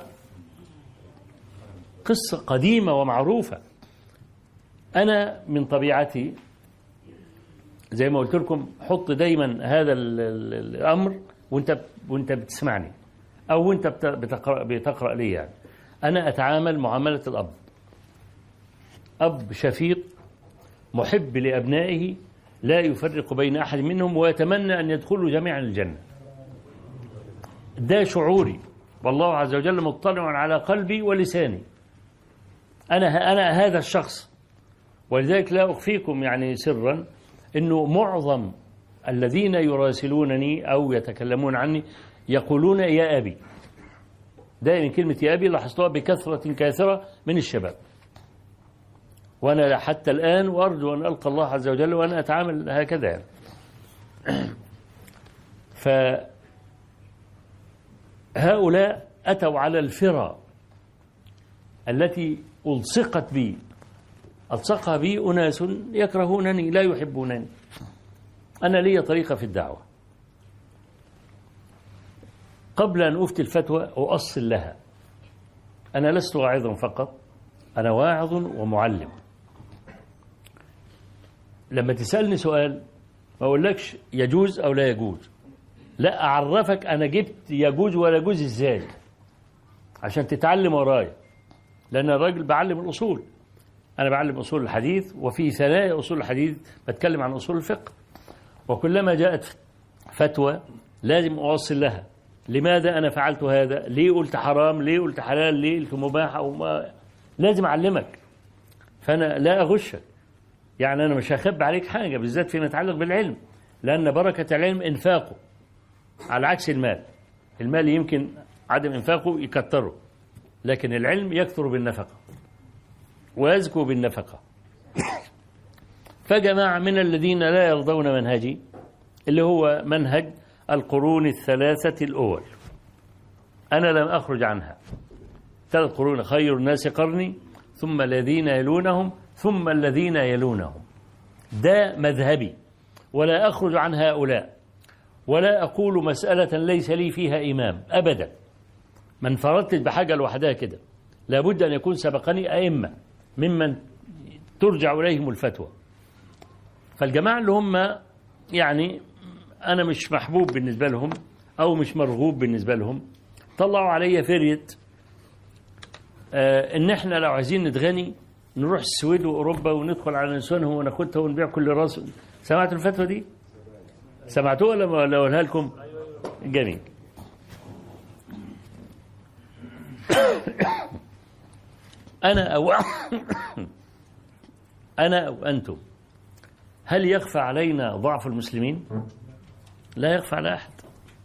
قصة قديمة ومعروفة. أنا من طبيعتي زي ما قلت لكم حط دايما هذا الأمر وانت بتسمعني أو وانت بتقرأ لي. يعني أنا أتعامل معاملة الأب، أب شفيق محب لأبنائه لا يفرق بين أحد منهم ويتمنى أن يدخلوا جميعا الجنة. ده شعوري والله عز وجل مطلع على قلبي ولساني. أنا هذا الشخص. ولذلك لا أخفيكم يعني سرا أنه معظم الذين يراسلونني أو يتكلمون عني يقولون يا أبي. دائما كلمة يا أبي لاحظتها بكثرة كاثرة من الشباب، وأنا حتى الآن وأرجو أن ألقى الله عز وجل وأنا أتعامل هكذا. فهؤلاء أتوا على الفرى التي ألصقها بي أناس يكرهونني لا يحبونني. أنا لي طريقة في الدعوة، قبل أن أفتي الفتوى أؤصل لها. أنا لست واعظا فقط، أنا واعظ ومعلم. لما تسألني سؤال ما أقولكش يجوز أو لا يجوز، لا، أعرفك أنا جبت يجوز ولا يجوز إزاي عشان تتعلم ورايا، لأن الراجل بعلم الأصول. أنا بعلم أصول الحديث، وفي ثنايا أصول الحديث بتكلم عن أصول الفقه، وكلما جاءت فتوى لازم أوصل لها لماذا أنا فعلت هذا، ليه قلت حرام، ليه قلت حلال، ليه قلت مباح أو ما. لازم أعلمك، فأنا لا أغشك. يعني أنا مش هخبي عليك حاجة، بالذات فيما يتعلق بالعلم، لأن بركة العلم إنفاقه على عكس المال. المال يمكن عدم إنفاقه يكتره، لكن العلم يكثر بالنفقة ويزكو بالنفقة. فجماعة من الذين لا يرضون منهجي اللي هو منهج القرون الثلاثة الأول، أنا لم أخرج عنها. 3 قرون، خير الناس قرني ثم الذين يلونهم ثم الذين يلونهم. ده مذهبي ولا أخرج عن هؤلاء، ولا أقول مسألة ليس لي فيها إمام أبدا. من فرطت بحاجة لوحدها كده، لابد أن يكون سبقني أئمة ممن ترجع إليهم الفتوى. فالجماعة اللي هم يعني أنا مش محبوب بالنسبة لهم أو مش مرغوب بالنسبة لهم، طلعوا علي فرية إن إحنا لو عايزين نتغني نروح السويد وأوروبا وندخل على نسوانهم وناخدها ونبيع كل راس. سمعتوا الفتوى دي؟ سمعتوها ولا أقولها لكم؟ جميل. أنا أو أنتم، هل يخفى علينا ضعف المسلمين؟ لا يخفى على أحد.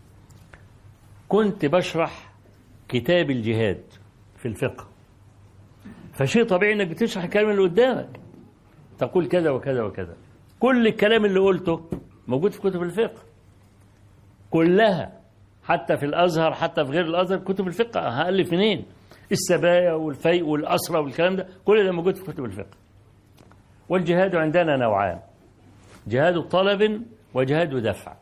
كنت بشرح كتاب الجهاد في الفقه، فشيء طبيعي أنك بتشرح الكلام اللي قدامك، تقول كذا وكذا وكذا. كل الكلام اللي قلته موجود في كتب الفقه كلها، حتى في الأزهر، حتى في غير الأزهر. كتب الفقه هألف منين؟ السبايا والفيء والأسرى والكلام ده كل ده موجود في كتب الفقه. والجهاد عندنا نوعان: جهاد طلب وجهاد دفع.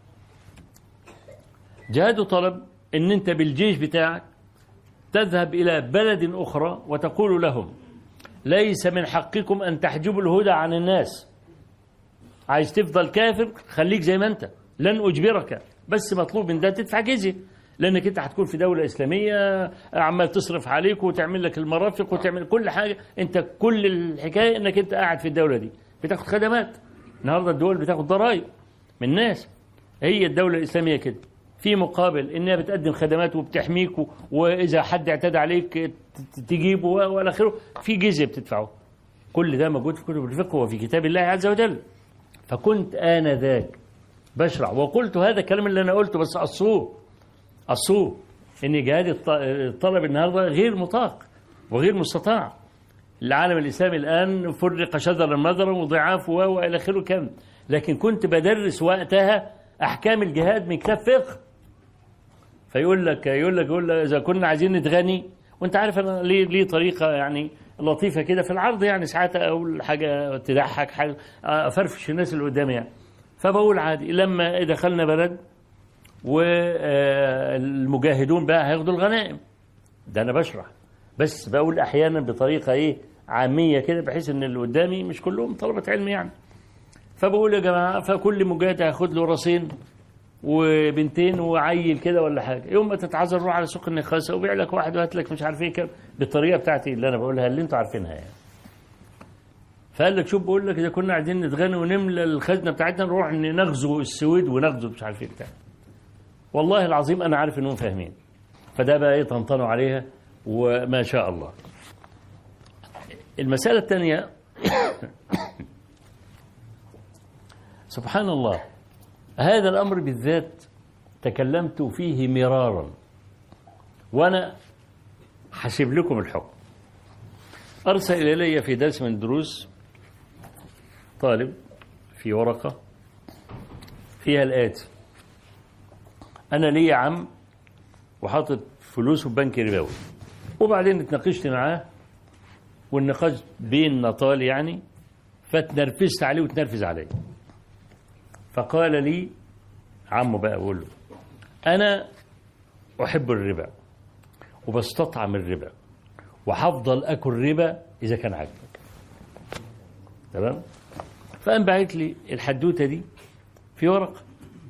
جهاد طلب ان انت بالجيش بتاعك تذهب الى بلد اخرى وتقول لهم ليس من حقكم ان تحجبوا الهدى عن الناس، عايز تفضل كافر خليك زي ما انت، لن اجبرك، بس مطلوب من ده تدفع جزية، لانك انت هتكون في دولة اسلامية عمال تصرف عليك وتعمل لك المرافق وتعمل كل حاجة. انت كل الحكاية انك انت قاعد في الدولة دي بتاخد خدمات. النهارده الدول بتاخد ضرائب من الناس، هي الدولة الإسلامية كده، في مقابل إنها بتقدم خدمات وبتحميك، وإذا حد اعتدى عليك تجيبه وإلى آخره، في جزية بتدفعه. كل ده موجود في كتب الفقه وفي كتاب الله عز وجل. فكنت آنذاك بشرع وقلت هذا الكلام اللي أنا قلته، بس أصوه إن جهاد الطلب النهارده غير مطاق وغير مستطاع. العالم الإسلامي الآن فرق شذرا مذرا وضعاف وإلى آخره كم. لكن كنت بدرس وقتها أحكام الجهاد من كتاب فقه. فيقول لك إذا كنا عايزين نتغني، وأنت عارف أنا ليه طريقة يعني لطيفة كده في العرض، يعني ساعات أقول حاجة تضحك، حاجة أفرفش الناس اللي قدامي يعني. فبقول عادي لما دخلنا بلد والمجاهدون بقى هياخدوا الغنائم، ده أنا بشرح، بس بقول أحيانا بطريقة عامية كده بحيث إن اللي قدامي مش كلهم طلبة علم يعني. فبقول يا جماعة، فكل مجاهد هياخد له راسين وبنتين وعيل كده ولا حاجة، يوم ما تتعذر روح على سوق النخاسة وبيع لك واحد وهات لك مش عارف ايه كده، بالطريقة بتاعتي اللي أنا بقولها اللي أنتوا عارفينها يعني. فقال لك شوف، بقول لك إذا كنا عايزين نتغنى ونملى الخزنة بتاعتنا نروح نغزو السويد ونغزو مش عارف ايه بتاع. والله العظيم أنا عارف إنهم فاهمين، فده بقى ايه طنطنوا عليها وما شاء الله. المسألة الثانية سبحان الله، هذا الأمر بالذات تكلمت فيه مرارا، وأنا حسب لكم الحكم. أرسل إلي في درس من الدروس طالب في ورقة فيها الآتي: أنا لي عم وحاطط فلوسه في بنك ربوي، وبعدين اتناقشت معاه والنقاش بيننا طال يعني، فتنرفزت عليه وتنرفز عليه. فقال لي عمه بقى، بقول له أنا أحب الربا وبستطعم الربا وحفضل أكل ربا إذا كان عاجبك. تمام؟ فقام باعت لي الحدوتة دي في ورقة.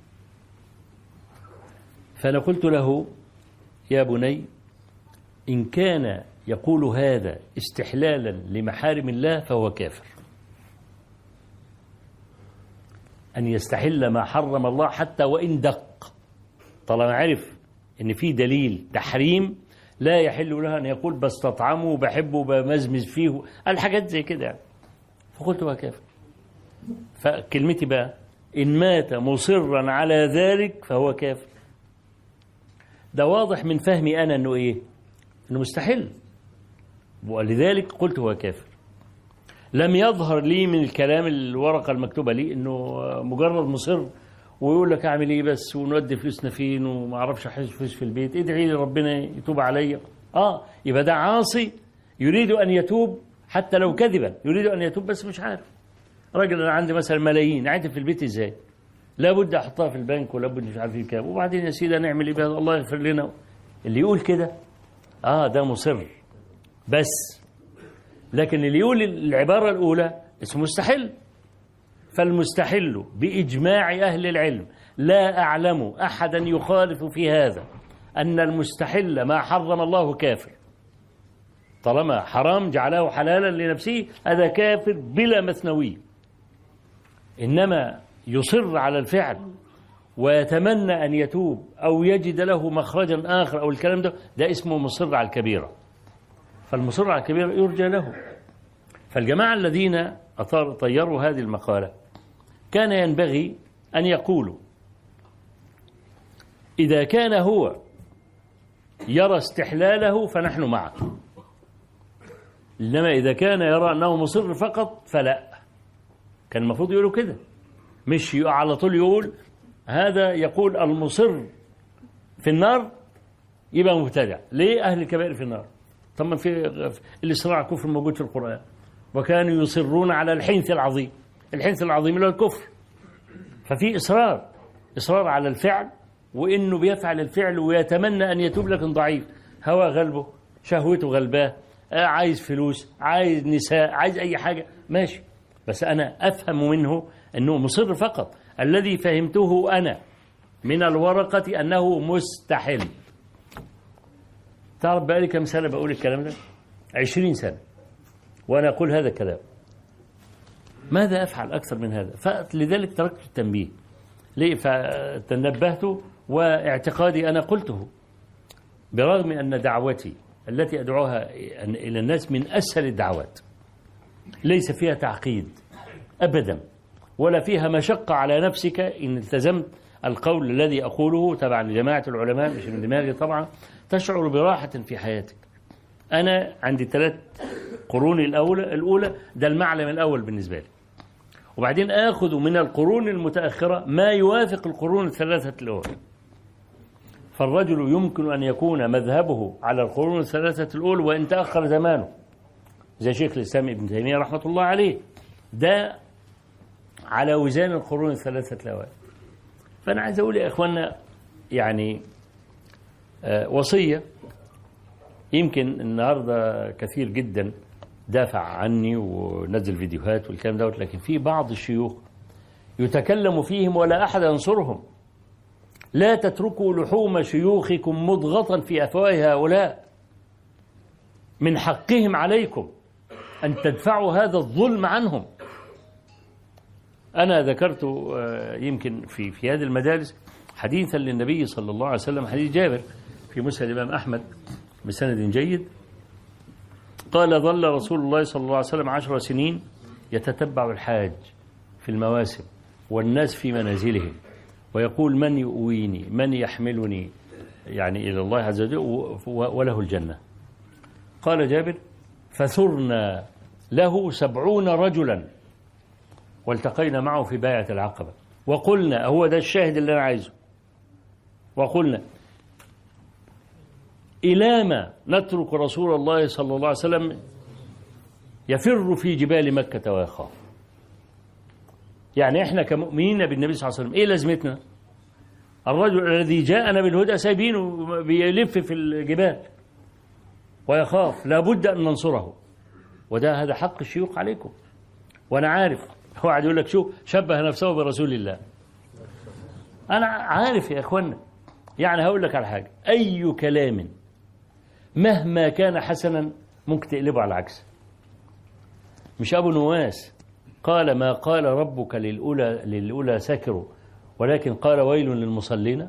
فأنا قلت له يا بني، إن كان يقول هذا استحلالا لمحارم الله فهو كافر. أن يستحل ما حرم الله حتى وإن دق، طالما عرف إن في دليل تحريم لا يحل له أن يقول بستطعمه وبحبه وبمزمز فيه الحاجات زي كده يعني. فقلت هو كافر. فكلمتي بقى إن مات مصرا على ذلك فهو كافر. ده واضح من فهمي أنا أنه إيه؟ أنه مستحيل، ولذلك قلت هو كافر. لم يظهر لي من الكلام الورقة المكتوبة لي أنه مجرد مصر ويقول لك أعمل إيه بس ونودي فلوسنا فين وما أعرفش أحس فلوس في البيت، ادعي لي ربنا يتوب عليا. يبقى ده عاصي يريد أن يتوب حتى لو كذبا، يريد أن يتوب بس مش عارف. راجل أنا عندي مثلا ملايين عندي في البيت إزاي؟ لابد أحطها في البنك ولابد مش عارف كام، وبعدين يا سيدي نعمل إيه بهذا؟ الله يغفر لنا. اللي يقول كده ده مصر بس. لكن اللي يقول العبارة الأولى اسمه مستحل. فالمستحل بإجماع أهل العلم، لا أعلم أحدا يخالف في هذا، أن المستحل ما حرم الله كافر. طالما حرام جعله حلالا لنفسه هذا كافر بلا مثنوي. إنما يصر على الفعل ويتمنى أن يتوب أو يجد له مخرجا آخر أو الكلام ده اسمه مصر على الكبيرة. فالمصر على الكبيرة يرجى له. فالجماعة الذين طيروا هذه المقالة كان ينبغي أن يقولوا إذا كان هو يرى استحلاله فنحن معه، إنما إذا كان يرى أنه مصر فقط فلا. كان المفروض يقولوا كده، مش على طول يقول هذا يقول المصر في النار يبقى مبتدع. ليه أهل الكبائر في النار؟ طب ما في الإصرار على الكفر موجود في القرآن، وكانوا يصرون على الحنث العظيم. الحنث العظيم اللي هو الكفر. ففي إصرار على الفعل، وإنه بيفعل الفعل ويتمنى أن يتوب لكن ضعيف، هوى غلبه، شهوته غلباه، عايز فلوس، عايز نساء، عايز أي حاجة، ماشي. بس أنا أفهم منه أنه مصر فقط. الذي فهمته أنا من الورقة أنه مستحيل. تعرف بقالي كم سنة بقول الكلام ده؟ 20 سنة وأنا أقول هذا الكلام. ماذا أفعل أكثر من هذا؟ فلذلك تركت التنبيه. ليه؟ فتنبهت واعتقادي أنا قلته، برغم أن دعوتي التي أدعوها إلى الناس من أسهل الدعوات، ليس فيها تعقيد أبدا، ولا فيها مشقة على نفسك إن التزمت القول الذي أقوله تبع لجماعة العلماء، مش من دماغي طبعا. تشعر براحة في حياتك. أنا عندي 3 قرون الأولى ده المعلم الأول بالنسبة لي، وبعدين آخذ من القرون المتأخرة ما يوافق القرون ال3 الأول. فالرجل يمكن أن يكون مذهبه على القرون ال3 الأول وإن تأخر زمانه، زي شيخ الإسلام ابن تيمية رحمة الله عليه، ده على وزان القرون ال3 الأول. فأنا عايز أقول يا إخواننا يعني وصية. يمكن النهاردة كثير جدا دافع عني ونزل فيديوهات والكلام دوت، لكن في بعض الشيوخ يتكلم فيهم ولا أحد ينصرهم. لا تتركوا لحوم شيوخكم مضغة في أفواه هؤلاء، من حقهم عليكم أن تدفعوا هذا الظلم عنهم. أنا ذكرت يمكن في هذه المجالس حديثا للنبي صلى الله عليه وسلم، حديث جابر في مسند الإمام أحمد بسند جيد قال ظل رسول الله صلى الله عليه وسلم 10 سنين يتتبع الحاج في المواسم والناس في منازلهم ويقول من يؤويني من يحملني يعني إلى الله عز وجل وله الجنة. قال جابر فثرنا له 70 رجلا والتقينا معه في بايعة العقبة وقلنا هو ده الشاهد اللي أنا عايزه وقلنا إلى ما نترك رسول الله صلى الله عليه وسلم يفر في جبال مكة ويخاف. يعني إحنا كمؤمنين بالنبي صلى الله عليه وسلم إيه لازمتنا؟ الرجل الذي جاءنا بالهدى سايبينه بيلف في الجبال ويخاف لابد أن ننصره وده هذا حق الشيوخ عليكم. وأنا عارف هو قاعد يقول لك شو شبه نفسه برسول الله. أنا عارف يا إخوانا يعني هقول لك على حاجة أي كلام مهما كان حسنا ممكن تقلبه على العكس. مش أبو نواس قال ما قال ربك للأولى سكروا ولكن قال ويل للمصلين.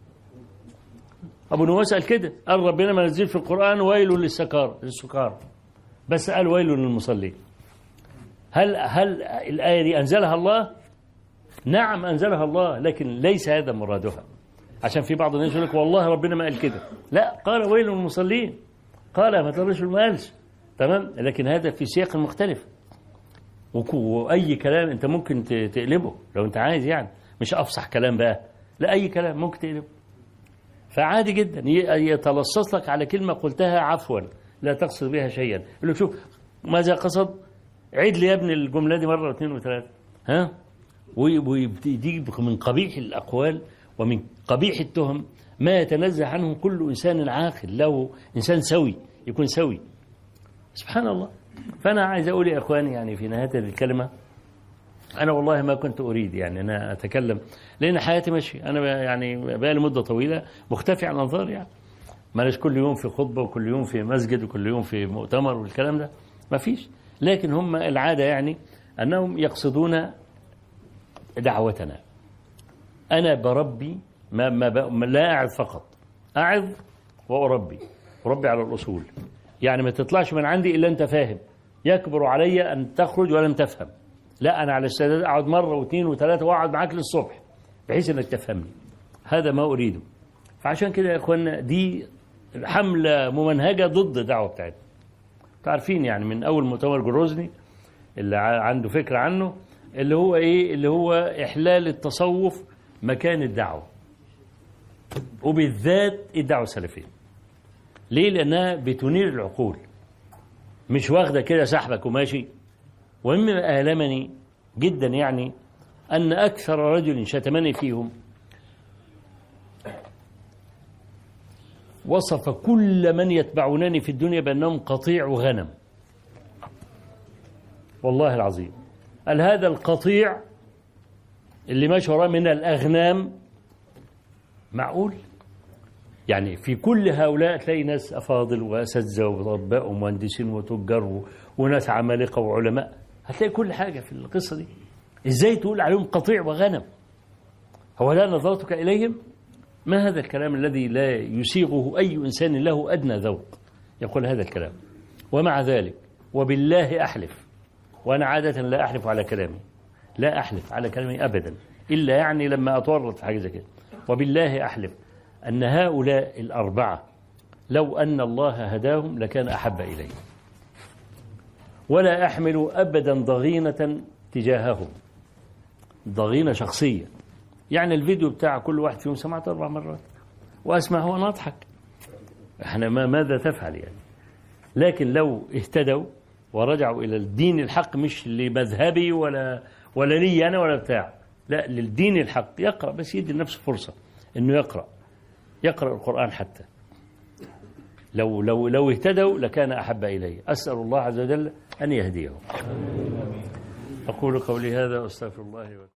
أبو نواس قال كده قال ربنا ما نزل في القرآن ويل للسكار بس قال ويل للمصلين. هل الآية دي أنزلها الله؟ نعم أنزلها الله لكن ليس هذا مرادها. عشان في بعض الناس يقول لك والله ربنا ما قال كده. لا قال ويل للمصلين قال ما ترش ما قالش تمام لكن هذا في سياق مختلف. وأي كلام أنت ممكن تقلبه لو أنت عايز يعني مش أفصح كلام بقى لا أي كلام ممكن تقلبه. فعادي جدا يتلصص لك على كلمة قلتها عفوا لا تقصد بها شيئا يقول له شوف ماذا قصد عيد لي يا ابني الجملة دي مرة واثنين وثلاثة ها ويجيب من قبيح الأقوال ومن قبيح التهم ما يتنزه عنه كل إنسان عاقل له إنسان سوي يكون سوي سبحان الله. فأنا عايز أقول يا أخواني يعني في نهاية الكلمة أنا والله ما كنت أريد يعني أنا أتكلم لأن حياتي ماشي أنا يعني بقى لي مدة طويلة مختفي عن الأنظار يعني مالش كل يوم في خطبة وكل يوم في مسجد وكل يوم في مؤتمر والكلام ده ما فيش. لكن هم العادة يعني أنهم يقصدون دعوتنا. أنا بربي ما لا أعظ فقط أعظ وأربي على الأصول يعني ما تطلعش من عندي إلا أنت فاهم يكبر علي أن تخرج ولم تفهم لا أنا على السداد أقعد مرة واثنين وثلاثة وأقعد معاك للصبح بحيث أنك تفهمني هذا ما أريده. فعشان كده يا إخوانا دي حملة ممنهجة ضد الدعوة بتاعتنا. تعرفين يعني من أول مؤتمر جروزني اللي عنده فكرة عنه اللي هو إيه اللي هو إحلال التصوف مكان الدعوة وبالذات الدعوة السلفية. ليه؟ لأنها بتنير العقول مش واخدة كده سحبك وماشي. ومما آلمني جدا يعني أن أكثر رجل شتمني فيهم وصف كل من يتبعونني في الدنيا بأنهم قطيع وغنم. والله العظيم قال هذا القطيع اللي ماشي وراه من الأغنام معقول يعني في كل هؤلاء تلاقي ناس أفاضل وأساتذة وأطباء ومهندسين وتجار وناس عمالقة وعلماء هتلاقي كل حاجة في القصة دي. إزاي تقول عليهم قطيع وغنم؟ هو لا نظرتك إليهم؟ ما هذا الكلام الذي لا يسيغه أي إنسان له أدنى ذوق يقول هذا الكلام. ومع ذلك وبالله أحلف وأنا عادة لا أحلف على كلامي لا أحلف على كلامي أبدا إلا يعني لما أتورط في حاجة زي كده وبالله أحلف أن هؤلاء الأربعة لو أن الله هداهم لكان أحب إليه ولا أحمل أبدا ضغينة تجاههم ضغينة شخصية. يعني الفيديو بتاع كل واحد فيهم سمعته 4 مرات وأسمع هو أنا أضحك إحنا ماذا تفعل يعني. لكن لو اهتدوا ورجعوا إلى الدين الحق مش لمذهبي ولا لي أنا ولا بتاع لا للدين الحق يقرأ بس يدي لنفسه فرصة إنه يقرأ القرآن حتى لو اهتدوا لكان أحب إلي. أسأل الله عز وجل أن يهديهم. أقول قولي هذا وأستغفر الله